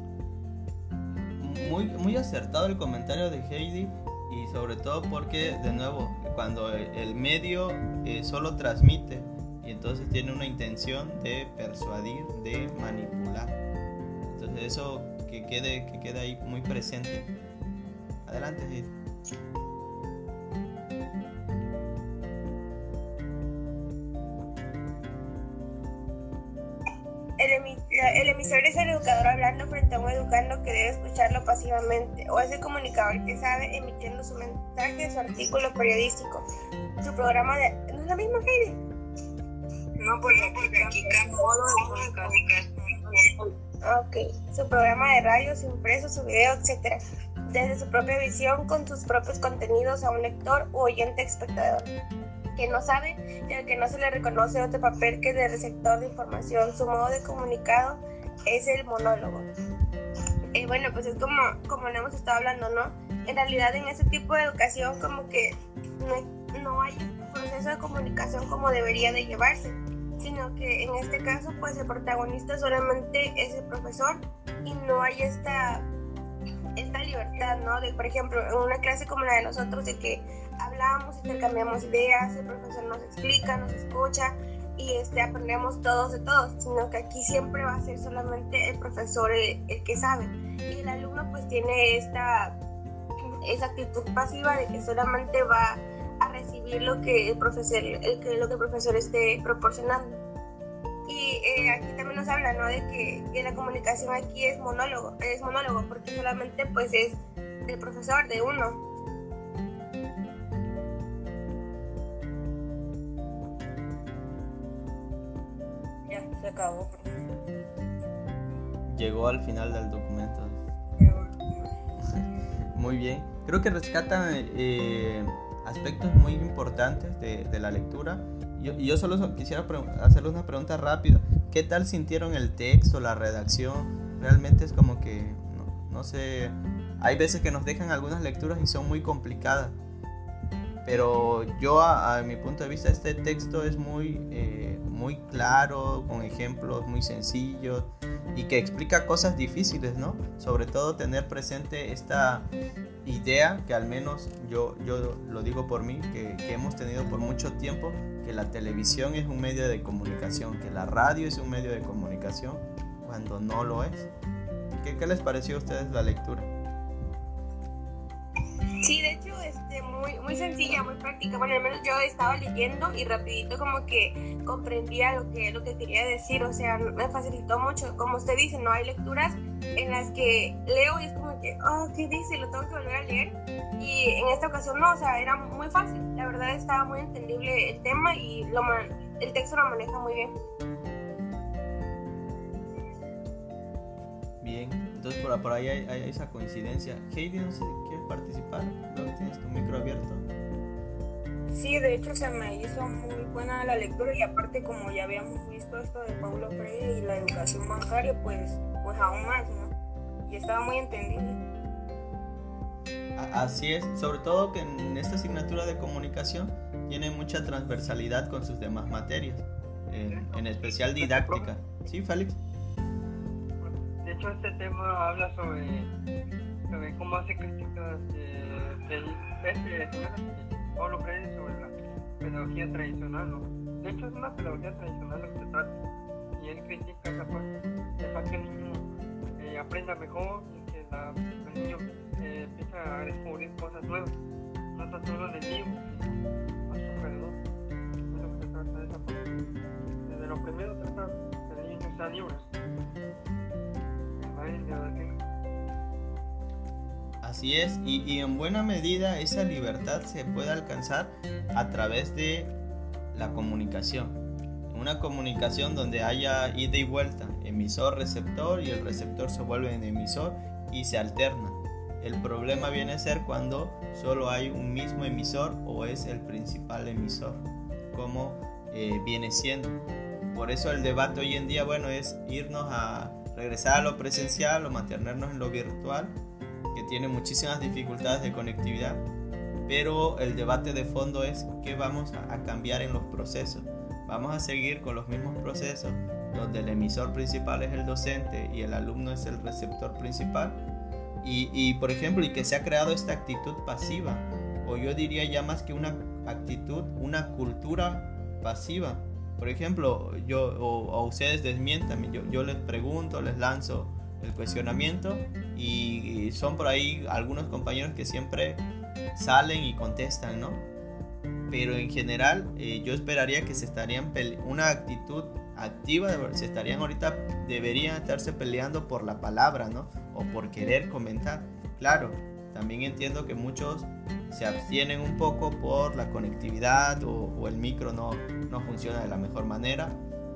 Muy, muy acertado el comentario de Heidi, y sobre todo porque, de nuevo, cuando el medio eh, solo transmite y entonces tiene una intención de persuadir, de manipular. Entonces eso que quede, que quede ahí muy presente. Adelante, Heidi. El, emi el emisor es el educador hablando frente a un educando que debe escucharlo pasivamente, o es el comunicador que sabe emitiendo su mensaje, su artículo periodístico, su programa de... ¿No es la misma, Heidi? No, porque aquí cambia modo de comunicación. Ok, su programa de radio, su impreso, su video, etcétera, desde su propia visión con sus propios contenidos a un lector u oyente espectador que no sabe y al que no se le reconoce otro papel que el de receptor de información. Su modo de comunicado es el monólogo. Eh, bueno, pues es como, como lo hemos estado hablando, ¿no? En realidad en ese tipo de educación como que no, no hay un proceso de comunicación como debería de llevarse, sino que en este caso pues el protagonista solamente es el profesor y no hay esta, esta libertad, ¿no? De, por ejemplo, en una clase como la de nosotros, de que hablamos, intercambiamos ideas, el profesor nos explica, nos escucha y este, aprendemos todos de todos, sino que aquí siempre va a ser solamente el profesor el, el que sabe, y el alumno pues tiene esta, esa actitud pasiva de que solamente va a recibir lo que el profesor, el que, lo que el profesor esté proporcionando. Y eh, aquí también nos habla, ¿no? De que, que la comunicación aquí es monólogo, es monólogo porque solamente pues es del profesor, de uno. Ya, se acabó. Llegó al final del documento. Muy bien. Creo que rescatan eh, aspectos muy importantes de, de la lectura. Yo, yo solo quisiera hacerles una pregunta rápida. ¿Qué tal sintieron el texto, la redacción? Realmente es como que, no, no sé, hay veces que nos dejan algunas lecturas y son muy complicadas. Pero yo, a, a mi punto de vista, este texto es muy, eh, muy claro, con ejemplos muy sencillos y que explica cosas difíciles, ¿no? Sobre todo tener presente esta idea que al menos yo, yo lo digo por mí, que, que hemos tenido por mucho tiempo, que la televisión es un medio de comunicación, que la radio es un medio de comunicación, cuando no lo es. ¿Qué, qué les pareció a ustedes la lectura? Sí, de hecho, este, muy, muy sencilla, muy práctica. Bueno, al menos yo estaba leyendo y rapidito como que comprendía lo que, lo que quería decir. O sea, me facilitó mucho. Como usted dice, no hay lecturas en las que leo y es como que, oh, ¿qué dice? Lo tengo que volver a leer. Y en esta ocasión no, o sea, era muy fácil. La verdad estaba muy entendible el tema y lo, el texto lo maneja muy bien. Bien, entonces por, por ahí hay, hay esa coincidencia. Heidi, no sé si quieres participar, creo que tienes tu micro abierto. Sí, de hecho se me hizo muy buena la lectura y aparte como ya habíamos visto esto de Paulo Freire y la educación bancaria, pues, pues aún más, ¿no? Y estaba muy entendible. Así es, sobre todo que en esta asignatura de comunicación tiene mucha transversalidad con sus demás materias, en, en especial didáctica. ¿Sí, Félix? De hecho, este tema habla sobre, sobre cómo hace críticas de, de, de, de Paulo Freire sobre la pedagogía tradicional, ¿no? De hecho, es una pedagogía tradicional lo que se trata, y él critica esa parte, deja que el niño eh, aprenda mejor y que la, el niño eh, empieza a descubrir cosas nuevas, no está solo en el libro, a su alrededor. Es lo que se trata de esa parte. están libres. Pueden debatir. Así es, y, y en buena medida esa libertad se puede alcanzar a través de la comunicación. Una comunicación donde haya ida y vuelta, emisor-receptor, y el receptor se vuelve en emisor y se alterna. El problema viene a ser cuando solo hay un mismo emisor o es el principal emisor, como eh, viene siendo. Por eso el debate hoy en día, bueno, es irnos a regresar a lo presencial o mantenernos en lo virtual, que tiene muchísimas dificultades de conectividad, pero el debate de fondo es qué vamos a, a cambiar en los procesos. Vamos a seguir con los mismos procesos, donde el emisor principal es el docente y el alumno es el receptor principal, y, y por ejemplo, y que se ha creado esta actitud pasiva, o yo diría ya más que una actitud, una cultura pasiva. Por ejemplo, yo o, o ustedes desmientan, yo, yo les pregunto, les lanzo el cuestionamiento y, y son por ahí algunos compañeros que siempre salen y contestan, ¿no? Pero en general eh, yo esperaría que se estarían pele- una actitud activa, se estarían ahorita, deberían estarse peleando por la palabra, ¿no? O por querer comentar. Claro, también entiendo que muchos se abstienen un poco por la conectividad o, o el micro no, no funciona de la mejor manera,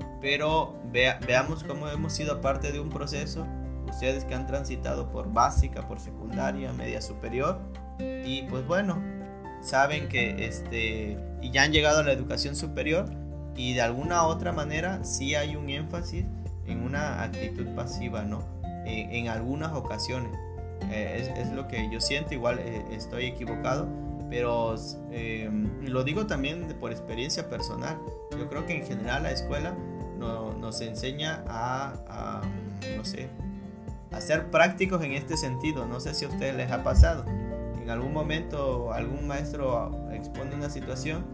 pero vea, veamos cómo hemos sido parte de un proceso, ustedes que han transitado por básica, por secundaria, media superior, y pues bueno, saben que este, y ya han llegado a la educación superior, y de alguna otra manera sí hay un énfasis en una actitud pasiva, ¿no? En, en algunas ocasiones. Eh, es, es lo que yo siento, igual eh, estoy equivocado, pero eh, lo digo también de, por experiencia personal. Yo creo que en general la escuela no, nos enseña a, a, no sé, a ser prácticos en este sentido. No sé si a ustedes les ha pasado. En algún momento algún maestro expone una situación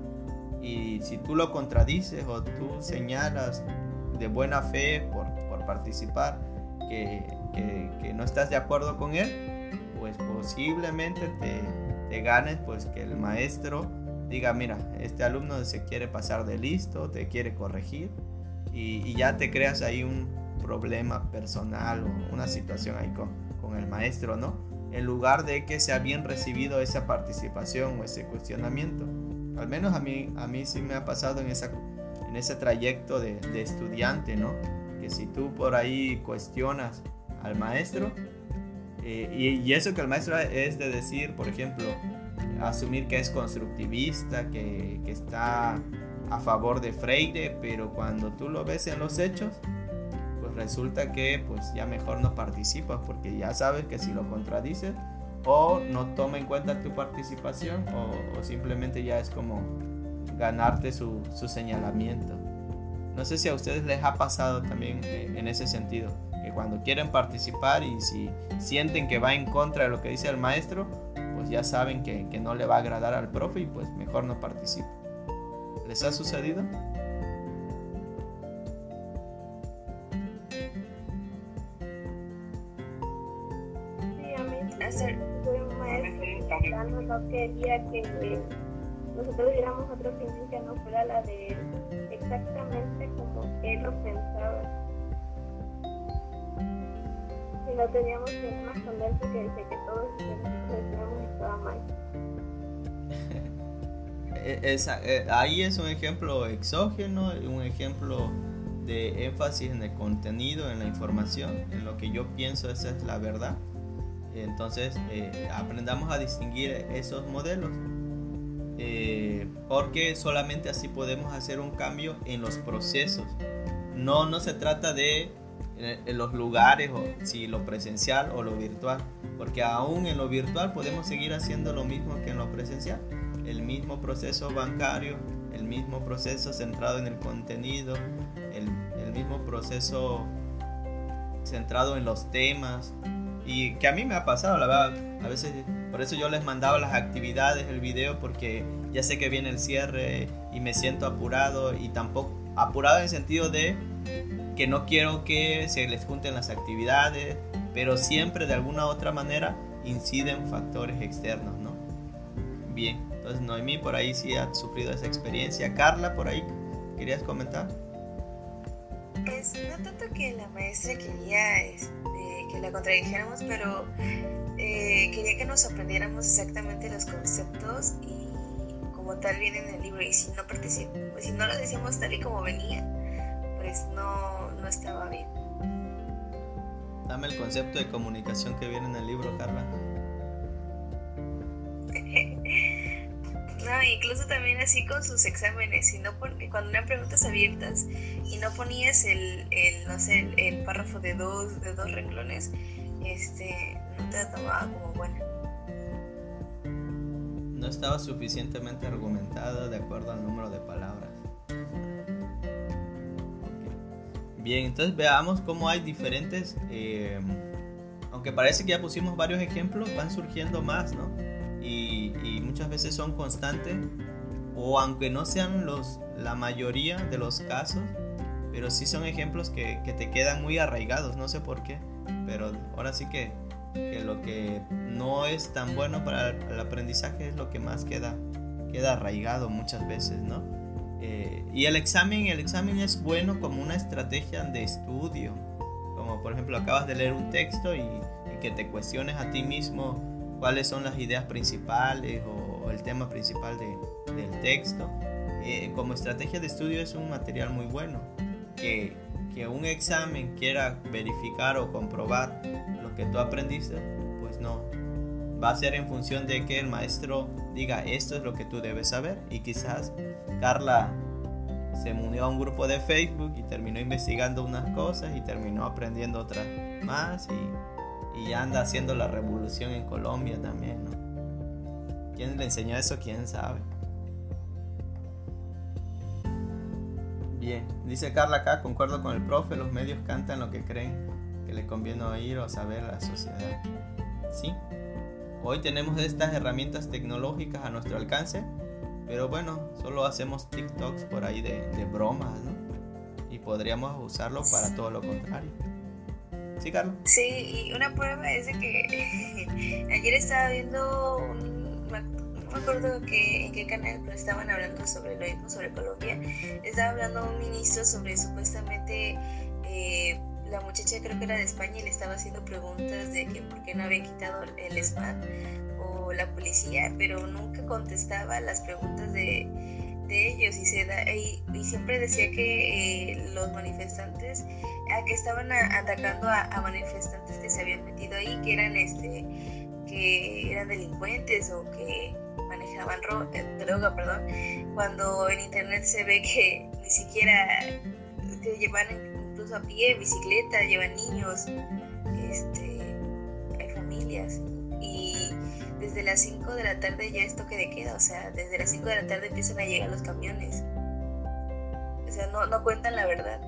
y si tú lo contradices o tú señalas de buena fe por, por participar que, que, que no estás de acuerdo con él, pues posiblemente te, te ganes pues que el maestro diga, mira, este alumno se quiere pasar de listo, te quiere corregir, y, y ya te creas ahí un problema personal o una situación ahí con, con el maestro, ¿no? En lugar de que sea bien recibido esa participación o ese cuestionamiento. Al menos a mí, a mí sí me ha pasado en, esa, en ese trayecto de, de estudiante, ¿no? Que si tú por ahí cuestionas al maestro, eh, y, y eso que el maestro es de decir, por ejemplo, asumir que es constructivista, que, que está a favor de Freire, pero cuando tú lo ves en los hechos, pues resulta que pues ya mejor no participas, porque ya sabes que si lo contradices o no toma en cuenta tu participación o, o simplemente ya es como ganarte su, su señalamiento. No sé si a ustedes les ha pasado también eh, en ese sentido, que cuando quieren participar y si sienten que va en contra de lo que dice el maestro, pues ya saben que, que no le va a agradar al profe y pues mejor no participa. ¿Les ha sucedido? Sí, a mí hacer tuve un maestro no quería que nosotros diéramos otra opinión que no fuera la de él, exactamente como él lo pensaba. Y no teníamos que más con él porque decía que todos los que decíamos estaba mal. Esa, eh, ahí es un ejemplo exógeno, un ejemplo de énfasis en el contenido, en la información, en lo que yo pienso esa es la verdad. Entonces eh, aprendamos a distinguir esos modelos, eh, porque solamente así podemos hacer un cambio en los procesos. No, no se trata de en los lugares, o si lo presencial o lo virtual, porque aún en lo virtual podemos seguir haciendo lo mismo que en lo presencial. El mismo proceso bancario, el mismo proceso centrado en el contenido, el, el mismo proceso centrado en los temas, y que a mí me ha pasado, la verdad, a veces, por eso yo les mandaba las actividades, el video, porque ya sé que viene el cierre y me siento apurado, y tampoco apurado en el sentido de que no quiero que se les junten las actividades, pero siempre de alguna u otra manera inciden factores externos, ¿no? Bien. Entonces Noemí por ahí sí ha sufrido esa experiencia. Carla, por ahí, ¿querías comentar? Pues no tanto que la maestra quería este, que la contradijéramos, pero eh, quería que nos aprendiéramos exactamente los conceptos y como tal viene en el libro, y si no particip- pues, si no lo decíamos tal y como venía, pues no, no estaba bien. Dame el concepto de comunicación que viene en el libro, Carla. No, incluso también así con sus exámenes, si no pon- cuando eran preguntas abiertas y no ponías el, el no sé, el, el párrafo de dos, de dos renglones, este, no te la tomaba como buena. No estaba suficientemente argumentada de acuerdo al número de palabras. Okay. Bien, entonces veamos cómo hay diferentes, eh, aunque parece que ya pusimos varios ejemplos, van surgiendo más, ¿no? Y, y muchas veces son constantes, o aunque no sean los, la mayoría de los casos, pero sí son ejemplos que, que te quedan muy arraigados, no sé por qué, pero ahora sí que, que lo que no es tan bueno para el, el aprendizaje es lo que más queda, queda arraigado muchas veces, ¿no? Eh, y el examen, el examen es bueno como una estrategia de estudio, como por ejemplo acabas de leer un texto y, y que te cuestiones a ti mismo cuáles son las ideas principales o, o el tema principal de, del texto. Eh, como estrategia de estudio es un material muy bueno. Que, que un examen quiera verificar o comprobar lo que tú aprendiste, pues no. Va a ser en función de que el maestro diga esto es lo que tú debes saber, y quizás Carla se unió a un grupo de Facebook y terminó investigando unas cosas y terminó aprendiendo otras más y, y ya anda haciendo la revolución en Colombia también, ¿no? ¿Quién le enseñó eso? ¿Quién sabe? Bien, dice Carla acá, concuerdo con el profe, los medios cantan lo que creen que le conviene oír o saber a la sociedad. Sí, hoy tenemos estas herramientas tecnológicas a nuestro alcance, pero bueno, solo hacemos TikToks por ahí de, de bromas, ¿no? Y podríamos usarlo para todo lo contrario. ¿Sí, Carla? Sí, y una prueba es de que ayer estaba viendo un, no me acuerdo que, en qué canal, pero estaban hablando sobre lo mismo, sobre Colombia. Estaba hablando un ministro sobre supuestamente eh, la muchacha, creo que era de España, y le estaba haciendo preguntas de que por qué no había quitado el spam o la policía, pero nunca contestaba las preguntas de, de ellos y, se da, y, y siempre decía que eh, los manifestantes a que estaban a, atacando a, a manifestantes que se habían metido ahí, que eran este que eran delincuentes o que manejaban ro- droga, perdón, cuando en internet se ve que ni siquiera que llevan incluso a pie, bicicleta, llevan niños, este, hay familias, y desde las cinco de la tarde ya es toque de queda, o sea, desde las cinco de la tarde empiezan a llegar los camiones, o sea, no, no cuentan la verdad,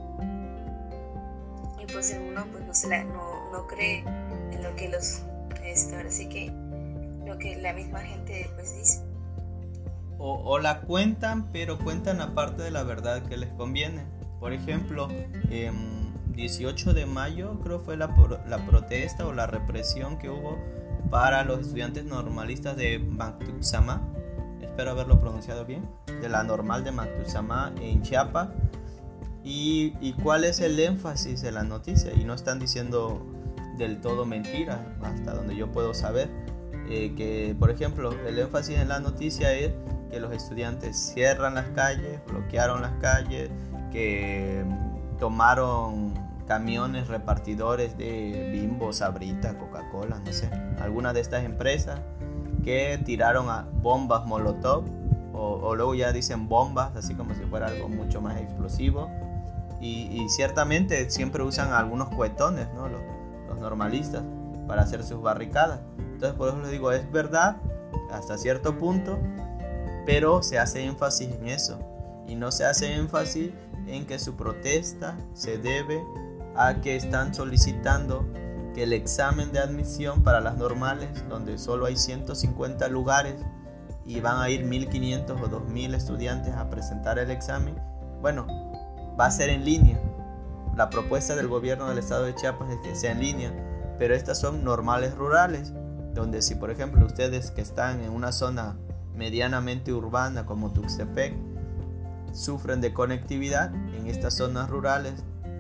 y pues uno pues no se la, no, no cree en lo que los, este, ahora sí que lo que la misma gente pues dice. O, o la cuentan, pero cuentan aparte de la verdad que les conviene. Por ejemplo, eh, dieciocho de mayo creo fue la, la protesta o la represión que hubo para los estudiantes normalistas de Moctezuma, espero haberlo pronunciado bien, de la normal de Moctezuma en Chiapas. Y, y cuál es el énfasis de la noticia, y no están diciendo del todo mentiras hasta donde yo puedo saber, eh, que por ejemplo el énfasis en la noticia es que los estudiantes cierran las calles, bloquearon las calles, que tomaron camiones repartidores de Bimbo, Sabrita, Coca-Cola, no sé, algunas de estas empresas, que tiraron a bombas Molotov, o, o luego ya dicen bombas, así como si fuera algo mucho más explosivo, y, y ciertamente siempre usan algunos cuetones, ¿no? los, los normalistas, para hacer sus barricadas. Entonces por eso les digo, es verdad hasta cierto punto, pero se hace énfasis en eso, y no se hace énfasis en que su protesta se debe a que están solicitando que el examen de admisión para las normales, donde solo hay ciento cincuenta lugares y van a ir mil quinientos o dos mil estudiantes a presentar el examen, bueno, va a ser en línea. La propuesta del gobierno del estado de Chiapas es que sea en línea, pero estas son normales rurales, donde si por ejemplo ustedes que están en una zona medianamente urbana como Tuxtepec sufren de conectividad, en estas zonas rurales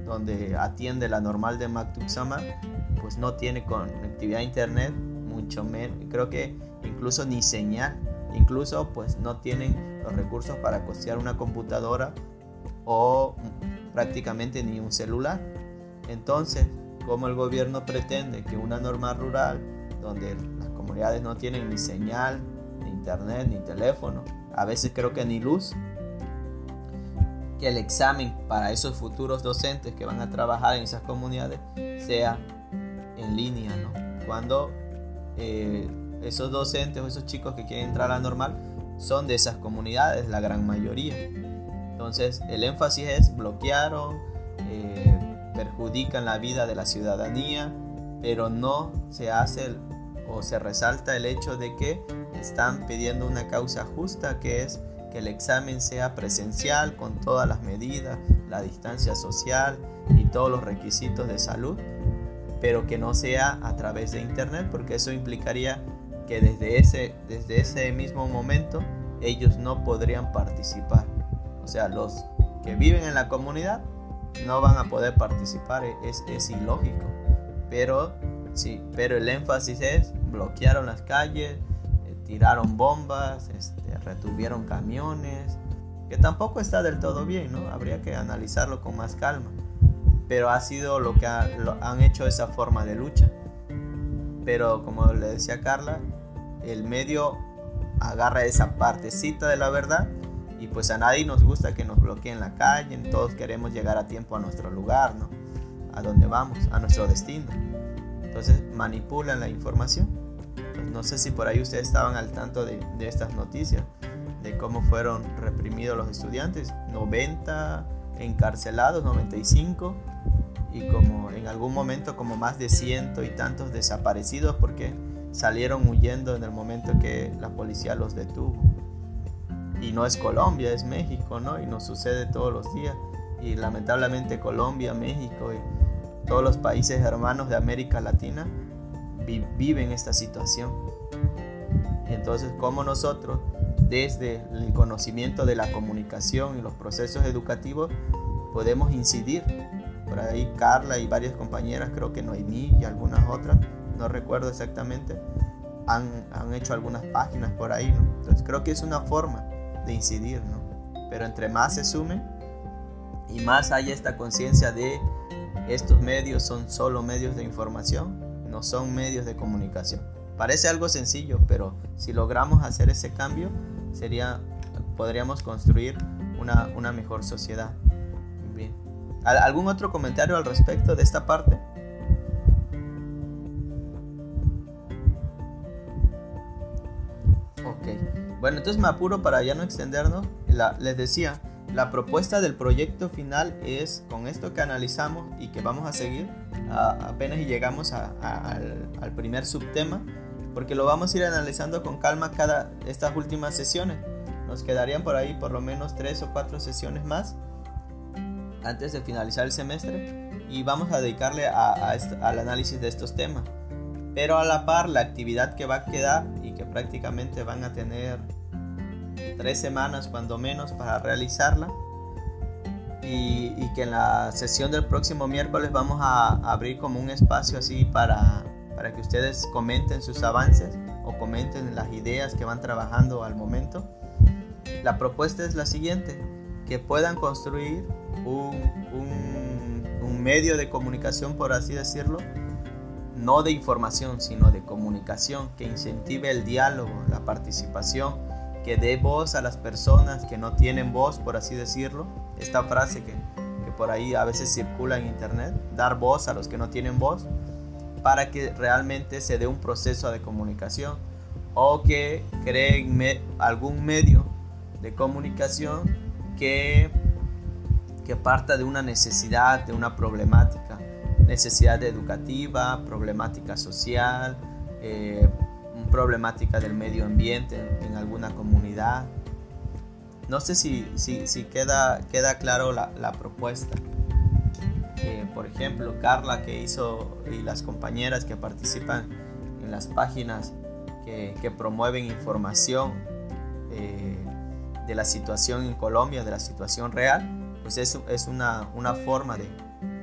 donde atiende la normal de Mactubsamán, pues no tiene conectividad a internet, mucho menos, creo que incluso ni señal, incluso pues no tienen los recursos para costear una computadora o prácticamente ni un celular. Entonces, ¿cómo el gobierno pretende que una normal rural, donde las comunidades no tienen ni señal, ni internet, ni teléfono, a veces creo que ni luz, que el examen para esos futuros docentes que van a trabajar en esas comunidades sea en línea, ¿no? Cuando eh, esos docentes o esos chicos que quieren entrar a la normal son de esas comunidades, la gran mayoría. Entonces el énfasis es bloquearon, eh, perjudican la vida de la ciudadanía, pero no se hace el, o se resalta el hecho de que están pidiendo una causa justa, que es que el examen sea presencial con todas las medidas, la distancia social y todos los requisitos de salud, pero que no sea a través de internet, porque eso implicaría que desde ese, desde ese mismo momento ellos no podrían participar. O sea, los que viven en la comunidad no van a poder participar, es, es ilógico. Pero, sí, pero el énfasis es bloquearon las calles, eh, tiraron bombas, este, retuvieron camiones, que tampoco está del todo bien, ¿no? Habría que analizarlo con más calma. Pero ha sido lo que ha, lo, han hecho esa forma de lucha. Pero como le decía Carla, el medio agarra esa partecita de la verdad y pues a nadie nos gusta que nos bloqueen la calle, todos queremos llegar a tiempo a nuestro lugar, ¿no? A donde vamos, a nuestro destino. Entonces manipulan la información. Pues no sé si por ahí ustedes estaban al tanto de, de estas noticias, de cómo fueron reprimidos los estudiantes, noventa encarcelados, noventa y cinco, y como en algún momento como más de ciento y tantos desaparecidos porque salieron huyendo en el momento que la policía los detuvo. Y no es Colombia, es México, ¿no? Y nos sucede todos los días. Y lamentablemente Colombia, México y todos los países hermanos de América Latina vi- viven esta situación. Y entonces, ¿cómo nosotros, desde el conocimiento de la comunicación y los procesos educativos, podemos incidir? Por ahí Carla y varias compañeras, creo que Noemí y algunas otras, no recuerdo exactamente, han, han hecho algunas páginas por ahí, ¿no? Entonces creo que es una forma de incidir, ¿no? Pero entre más se sume y más hay esta conciencia de estos medios son solo medios de información, no son medios de comunicación. Parece algo sencillo, pero si logramos hacer ese cambio, sería, podríamos construir una, una mejor sociedad. Bien. ¿Algún otro comentario al respecto de esta parte? Ok. Bueno, entonces me apuro para ya no extendernos. La, les decía, la propuesta del proyecto final es, con esto que analizamos y que vamos a seguir, a, apenas y llegamos a, a, al, al primer subtema, porque lo vamos a ir analizando con calma cada estas últimas sesiones. Nos quedarían por ahí por lo menos tres o cuatro sesiones más antes de finalizar el semestre y vamos a dedicarle a, a est- al análisis de estos temas. Pero a la par, la actividad que va a quedar y que prácticamente van a tener tres semanas cuando menos para realizarla, y, y que en la sesión del próximo miércoles vamos a abrir como un espacio así para, para que ustedes comenten sus avances o comenten las ideas que van trabajando al momento. La propuesta es la siguiente: que puedan construir un, un, un medio de comunicación, por así decirlo, no de información, sino de comunicación, que incentive el diálogo, la participación, que dé voz a las personas que no tienen voz, por así decirlo. Esta frase que, que por ahí a veces circula en internet, dar voz a los que no tienen voz, para que realmente se dé un proceso de comunicación, o que creen me, algún medio de comunicación que, que parta de una necesidad, de una problemática, necesidad educativa, problemática social, eh, problemática del medio ambiente en, en alguna comunidad. No sé si, si, si queda, queda claro la, la propuesta. Eh, por ejemplo, Carla, que hizo, y las compañeras que participan en las páginas que, que promueven información eh, de la situación en Colombia, de la situación real, pues es, es una, una forma de,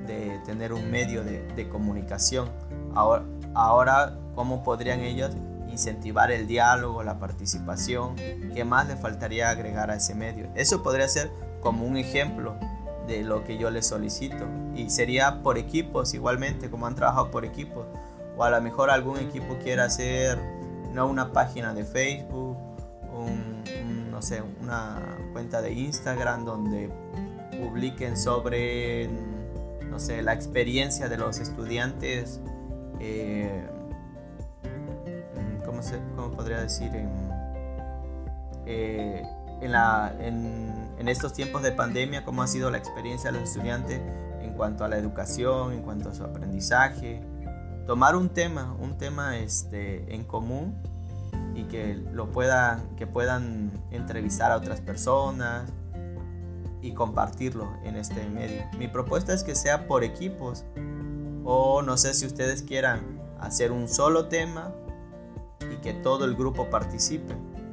de tener un medio de, de comunicación. Ahora, ahora, ¿cómo podrían ellos incentivar el diálogo, la participación? ¿Qué más les faltaría agregar a ese medio? Eso podría ser como un ejemplo de lo que yo les solicito, y sería por equipos igualmente, como han trabajado por equipos, o a lo mejor algún equipo quiera hacer no una página de Facebook, un, un, no sé, una cuenta de Instagram donde publiquen sobre, no sé, la experiencia de los estudiantes, eh, ¿cómo, se, cómo podría decir? En, eh, en, la, en, en estos tiempos de pandemia, cómo ha sido la experiencia de los estudiantes en cuanto a la educación, en cuanto a su aprendizaje. Tomar un tema, un tema este, en común, y que lo puedan, que puedan entrevistar a otras personas y compartirlo en este medio. Mi propuesta es que sea por equipos, o no sé si ustedes quieran hacer un solo tema y que todo el grupo participe,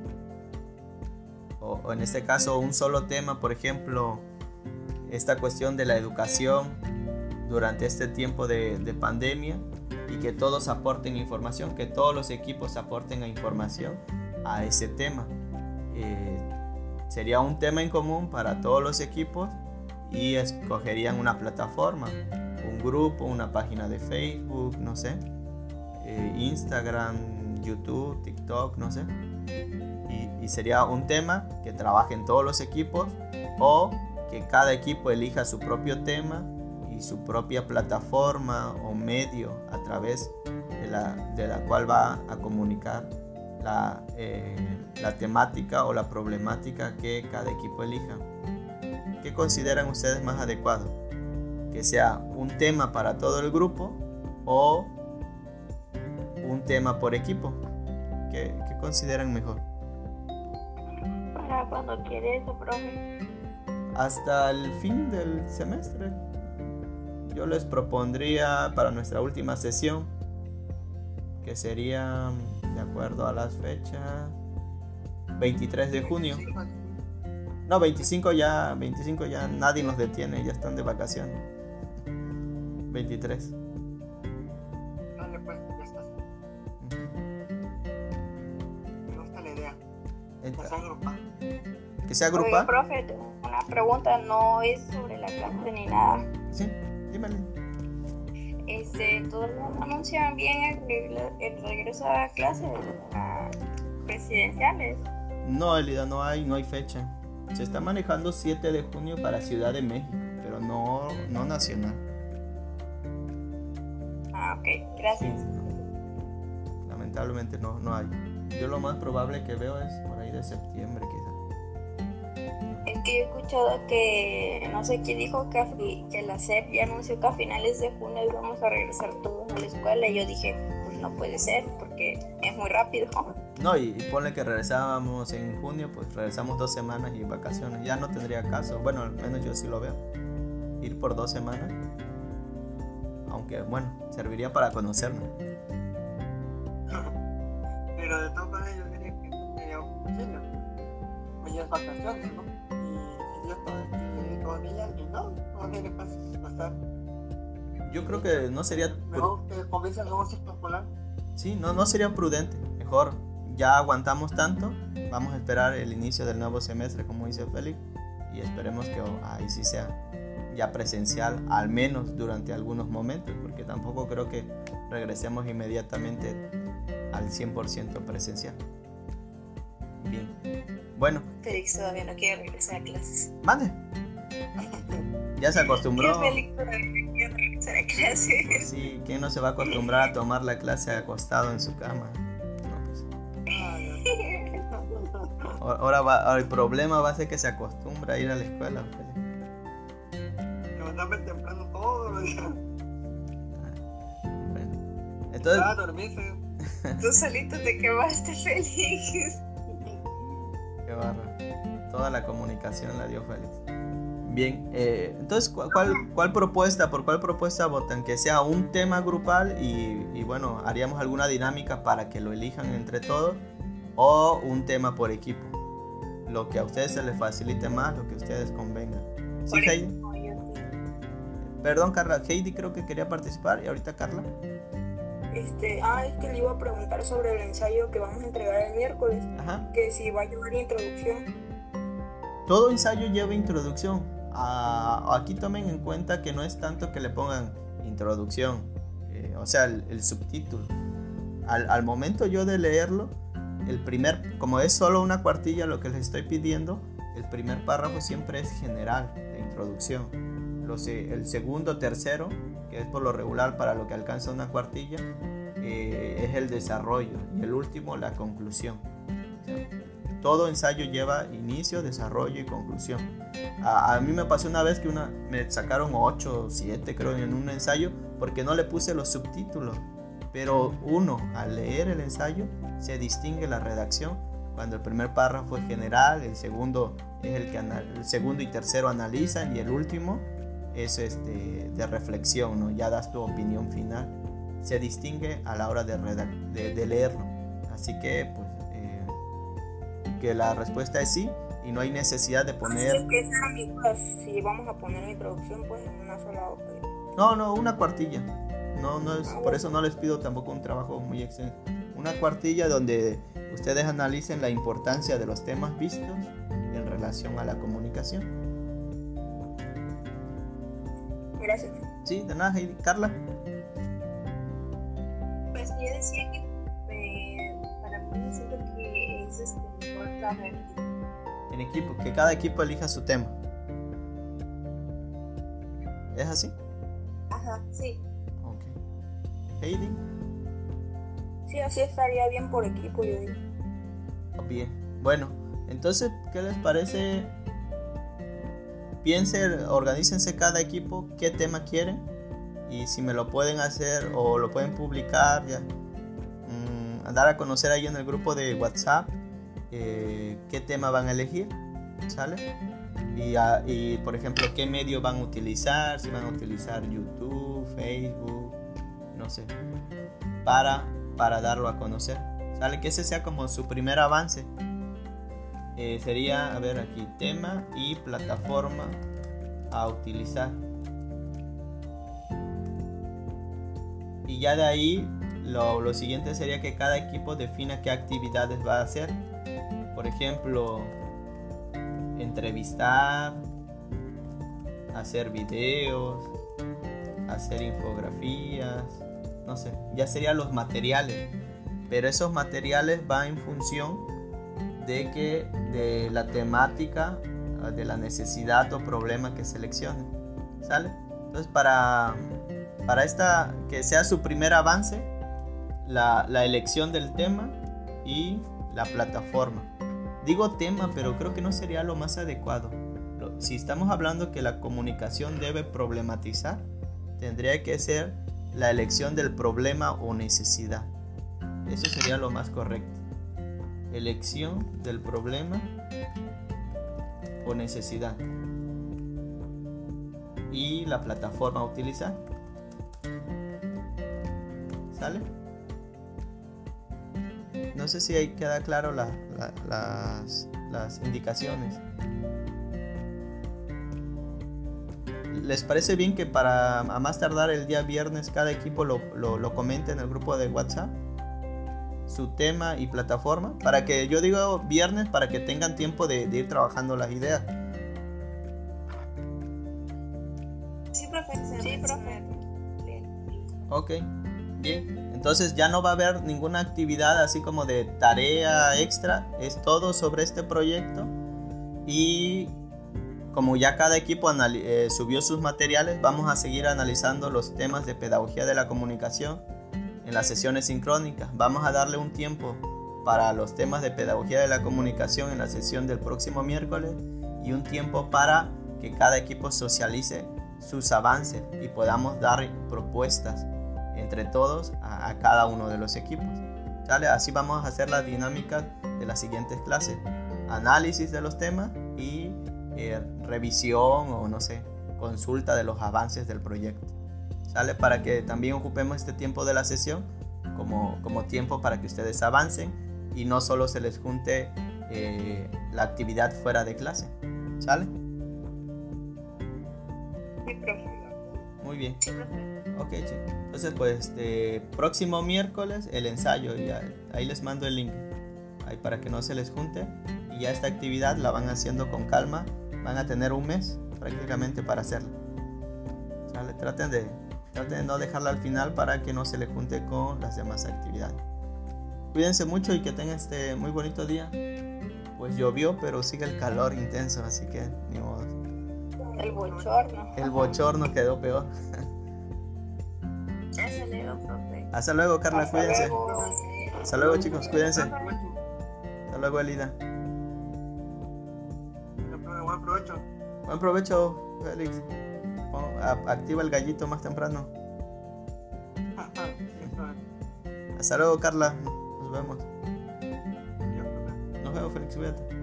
o, o en este caso un solo tema, por ejemplo, esta cuestión de la educación durante este tiempo de, de pandemia, y que todos aporten información, que todos los equipos aporten a información a ese tema. Eh, sería un tema en común para todos los equipos, y escogerían una plataforma, un grupo, una página de Facebook, no sé, eh, Instagram, YouTube, TikTok, no sé, y, y sería un tema que trabajen todos los equipos, o que cada equipo elija su propio tema y su propia plataforma o medio a través de la, de la cual va a comunicar la, eh, la temática o la problemática que cada equipo elija. ¿Qué consideran ustedes más adecuado? ¿Que sea un tema para todo el grupo o un tema por equipo? ¿Qué, qué consideran mejor? ¿Para cuando quiere eso, profe? Hasta el fin del semestre. Yo les propondría para nuestra última sesión, que sería, de acuerdo a las fechas, veintitrés de junio. No, veinticinco ya, veinticinco ya nadie nos detiene, ya están de vacaciones. veintitrés. Dale, pues, ya estás. Me gusta la idea. Entra. Que sea grupal. Que sea grupal. Oye, profe, tengo una pregunta, no es sobre la clase ni nada. Sí, dímele. Este, ¿todavía no anuncian bien el, regre- el regreso a clases a presidenciales? No, Elida, no hay, no hay fecha. Se está manejando siete de junio para Ciudad de México, pero no, no nacional. Ah, ok, gracias. Sí. Lamentablemente no, no hay. Yo lo más probable que veo es por ahí de septiembre, quizás. Es que yo he escuchado que, no sé quién dijo que, a fi- que la S E P ya anunció que a finales de junio íbamos a regresar todos a la escuela, y yo dije, pues no puede ser, porque es muy rápido. No, y, y ponle que regresábamos en junio, pues regresamos dos semanas y vacaciones. Ya no tendría caso. Bueno, al menos yo sí lo veo. Ir por dos semanas. Aunque, bueno, serviría para conocernos. Pero de todas maneras yo diría que sería un posible. Pues ya es vacaciones, ¿no? Y si Dios todavía, todavía y no, no tiene que pasar. Yo creo que no sería... Mejor que comience el nuevo ciclo escolar. Sí, no, no sería prudente. Mejor, ya aguantamos tanto, vamos a esperar el inicio del nuevo semestre, como dice Félix, y esperemos que oh, ahí sí sea ya presencial, al menos durante algunos momentos, porque tampoco creo que regresemos inmediatamente al cien por ciento presencial. Bien, bueno. Félix todavía no quiere regresar a clases. Mande. Ya se acostumbró. Félix todavía no quiere regresar a clases. Sí, ¿quién no se va a acostumbrar a tomar la clase acostado en su cama? No, pues. Ahora, va, ahora el problema va a ser que se acostumbra a ir a la escuela. Levantarme temprano todos los días. Bueno, entonces... Ah, dormirse. Tú solito te quemaste, Félix. Qué barra. Toda la comunicación la dio Félix. Bien, eh, entonces, ¿cuál, cuál, ¿cuál propuesta, por cuál propuesta votan? Que sea un tema grupal y, y bueno, haríamos alguna dinámica para que lo elijan entre todos, o un tema por equipo. Lo que a ustedes se les facilite más, lo que ustedes convengan. ¿Sí, Heidi? perdón, Carla, Heidi creo que quería participar y ahorita Carla. Este, ah, es que le iba a preguntar sobre el ensayo que vamos a entregar el miércoles. Ajá. Que si va a llevar introducción. Todo ensayo lleva introducción. Ah, aquí tomen en cuenta que no es tanto que le pongan introducción, eh, o sea, el, el subtítulo. Al, al momento yo de leerlo, el primer, como es solo una cuartilla lo que les estoy pidiendo, el primer párrafo siempre es general, de introducción. Los, el segundo, tercero, que es por lo regular para lo que alcanza una cuartilla, eh, es el desarrollo, y el último la conclusión. O sea, todo ensayo lleva inicio, desarrollo y conclusión. A, a mí me pasó una vez que una, me sacaron ocho o siete creo en un ensayo porque no le puse los subtítulos. Pero uno, al leer el ensayo, se distingue la redacción. Cuando el primer párrafo es general, el segundo es el que anal- el segundo y tercero analizan y el último es este, de reflexión, ¿no? Ya das tu opinión final. Se distingue a la hora de, redac- de, de leerlo. Así que, pues, eh, que la respuesta es sí y no hay necesidad de poner... Así es que esa era mi duda, si vamos a poner la introducción pues en una sola hoja. No, no, una cuartilla. No, no es, por eso no les pido tampoco un trabajo muy extenso. Una cuartilla donde ustedes analicen la importancia de los temas vistos en relación a la comunicación. Gracias. Sí, de nada, Heidi. Carla. Pues yo decía que eh, para mí siento que es este, mejor trabajar en equipo. En equipo, que cada equipo elija su tema. ¿Es así? Ajá, sí. Ok. Heidi. Sí, así estaría bien por equipo, yo digo. Bien. Bueno, entonces, ¿qué les parece? Piensen, organícense cada equipo qué tema quieren y si me lo pueden hacer o lo pueden publicar, ya mmm, dar a conocer ahí en el grupo de WhatsApp eh, qué tema van a elegir, ¿sale? Y, a, y por ejemplo, qué medio van a utilizar, si van a utilizar YouTube, Facebook, no sé, para, para darlo a conocer, ¿sale? Que ese sea como su primer avance. Eh, sería, a ver aquí, tema y plataforma a utilizar. Y ya de ahí, lo, lo siguiente sería que cada equipo defina qué actividades va a hacer. Por ejemplo, entrevistar, hacer videos, hacer infografías, no sé, ya serían los materiales. Pero esos materiales van en función de que de la temática, de la necesidad o problema que seleccionen, ¿sale? Entonces para, para esta que sea su primer avance, la, la elección del tema y la plataforma. Digo tema, pero creo que no sería lo más adecuado. Lo, si estamos hablando que la comunicación debe problematizar, tendría que ser la elección del problema o necesidad. Eso sería lo más correcto. Elección del problema o necesidad y la plataforma a utilizar, ¿sale? No sé si ahí queda claro la, la, las, las indicaciones. ¿Les parece bien que para a más tardar el día viernes cada equipo lo, lo, lo comente en el grupo de WhatsApp? Su tema y plataforma, para que yo digo viernes para que tengan tiempo de, de ir trabajando las ideas. Sí, profe. Sí, profe. Ok, bien. Entonces ya no va a haber ninguna actividad así como de tarea extra. Es todo sobre este proyecto. Y como ya cada equipo anali- eh, subió sus materiales, vamos a seguir analizando los temas de pedagogía de la comunicación en las sesiones sincrónicas. Vamos a darle un tiempo para los temas de pedagogía de la comunicación en la sesión del próximo miércoles y un tiempo para que cada equipo socialice sus avances y podamos dar propuestas entre todos a, a cada uno de los equipos, ¿sale? Así vamos a hacer las dinámicas de las siguientes clases: análisis de los temas y eh, revisión o no sé, consulta de los avances del proyecto, ¿sale? Para que también ocupemos este tiempo de la sesión como, como tiempo para que ustedes avancen y no solo se les junte eh, la actividad fuera de clase, ¿sale? Sí, profe. Muy bien. Sí, profe. Ok, chicos. Entonces, pues, este próximo miércoles el ensayo. Ya, ahí les mando el link. Ahí para que no se les junte. Y ya esta actividad la van haciendo con calma. Van a tener un mes prácticamente para hacerla. ¿Sale? Traten de, traten de no dejarla al final para que no se le junte con las demás actividades. Cuídense mucho y que tengan este muy bonito día. Pues llovió, pero sigue el calor intenso, así que ni modo. El bochorno. El bochorno quedó peor. Hasta luego, profe. Hasta luego, Carla, Hasta cuídense. luego. Hasta luego, chicos, cuídense. Buen provecho. Hasta luego, Elida. Buen provecho. Buen provecho, Félix. Pon- a- Activa el gallito más temprano. Hasta luego, Carla. Nos vemos. Nos vemos, Félix, cuídate.